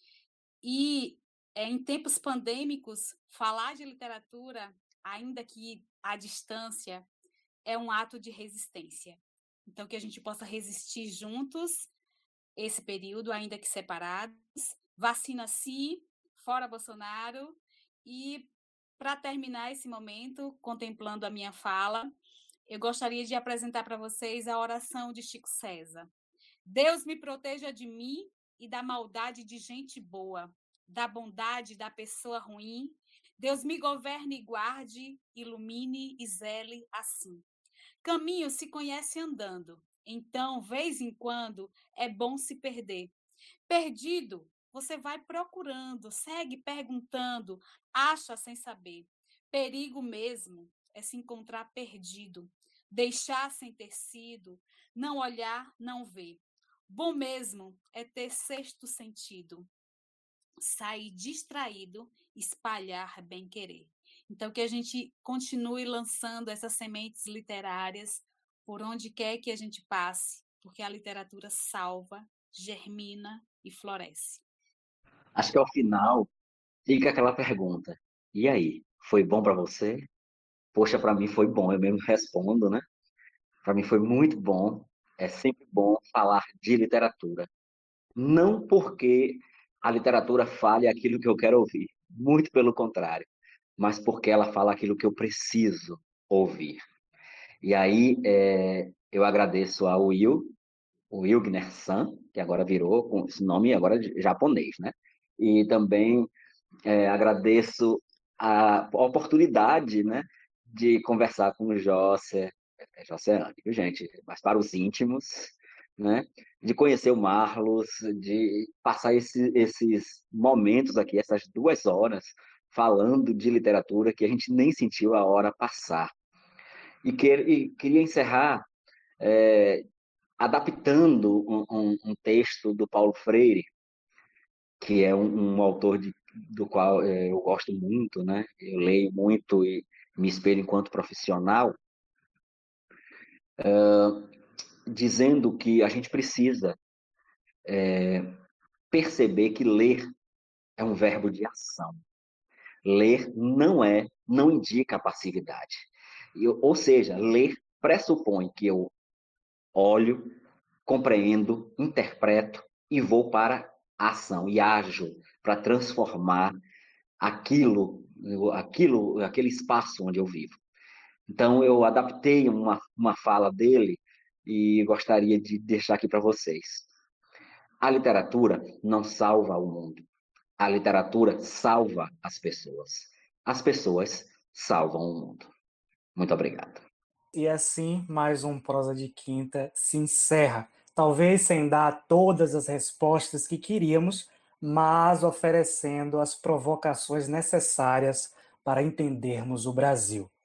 C: E é, em tempos pandêmicos, falar de literatura, ainda que à distância, é um ato de resistência. Então, que a gente possa resistir juntos esse período, ainda que separados. Vacina sim, fora Bolsonaro. E, para terminar esse momento, contemplando a minha fala, eu gostaria de apresentar para vocês a oração de Chico César. Deus me proteja de mim e da maldade de gente boa, da bondade da pessoa ruim. Deus me governe e guarde, ilumine e zele assim. Caminho se conhece andando, então, vez em quando, é bom se perder. Perdido, você vai procurando, segue perguntando, acha sem saber. Perigo mesmo é se encontrar perdido, deixar sem ter sido, não olhar, não ver. Bom mesmo é ter sexto sentido, sair distraído, espalhar bem-querer. Então, que a gente continue lançando essas sementes literárias por onde quer que a gente passe, porque a literatura salva, germina e floresce.
D: Acho que ao final fica aquela pergunta: e aí, foi bom para você? Poxa, para mim foi bom, eu mesmo respondo, né? Para mim foi muito bom. É sempre bom falar de literatura. Não porque a literatura fale aquilo que eu quero ouvir, muito pelo contrário, mas porque ela fala aquilo que eu preciso ouvir. E aí é, eu agradeço ao Will, o Wilgner-san, que agora virou com esse nome agora de japonês, né? E também é, agradeço a oportunidade, né, de conversar com o José, é José Andy, viu, gente? Mas para os íntimos, né? De conhecer o Marlos, de passar esse, esses momentos aqui, essas duas horas, falando de literatura que a gente nem sentiu a hora passar. E, que, e queria encerrar é, adaptando um, um, um texto do Paulo Freire, que é um, um autor de, do qual é, eu gosto muito, né? Eu leio muito e me espelho enquanto profissional, uh, dizendo que a gente precisa é, perceber que ler é um verbo de ação. Ler não é, não indica a passividade. Eu, ou seja, ler pressupõe que eu olho, compreendo, interpreto e vou para a ação e ajo para transformar aquilo, aquilo, aquele espaço onde eu vivo. Então eu adaptei uma, uma fala dele e gostaria de deixar aqui para vocês. A literatura não salva o mundo. A literatura salva as pessoas. As pessoas salvam o mundo. Muito obrigado.
A: E assim, mais um Prosa de Quinta se encerra. Talvez sem dar todas as respostas que queríamos, mas oferecendo as provocações necessárias para entendermos o Brasil.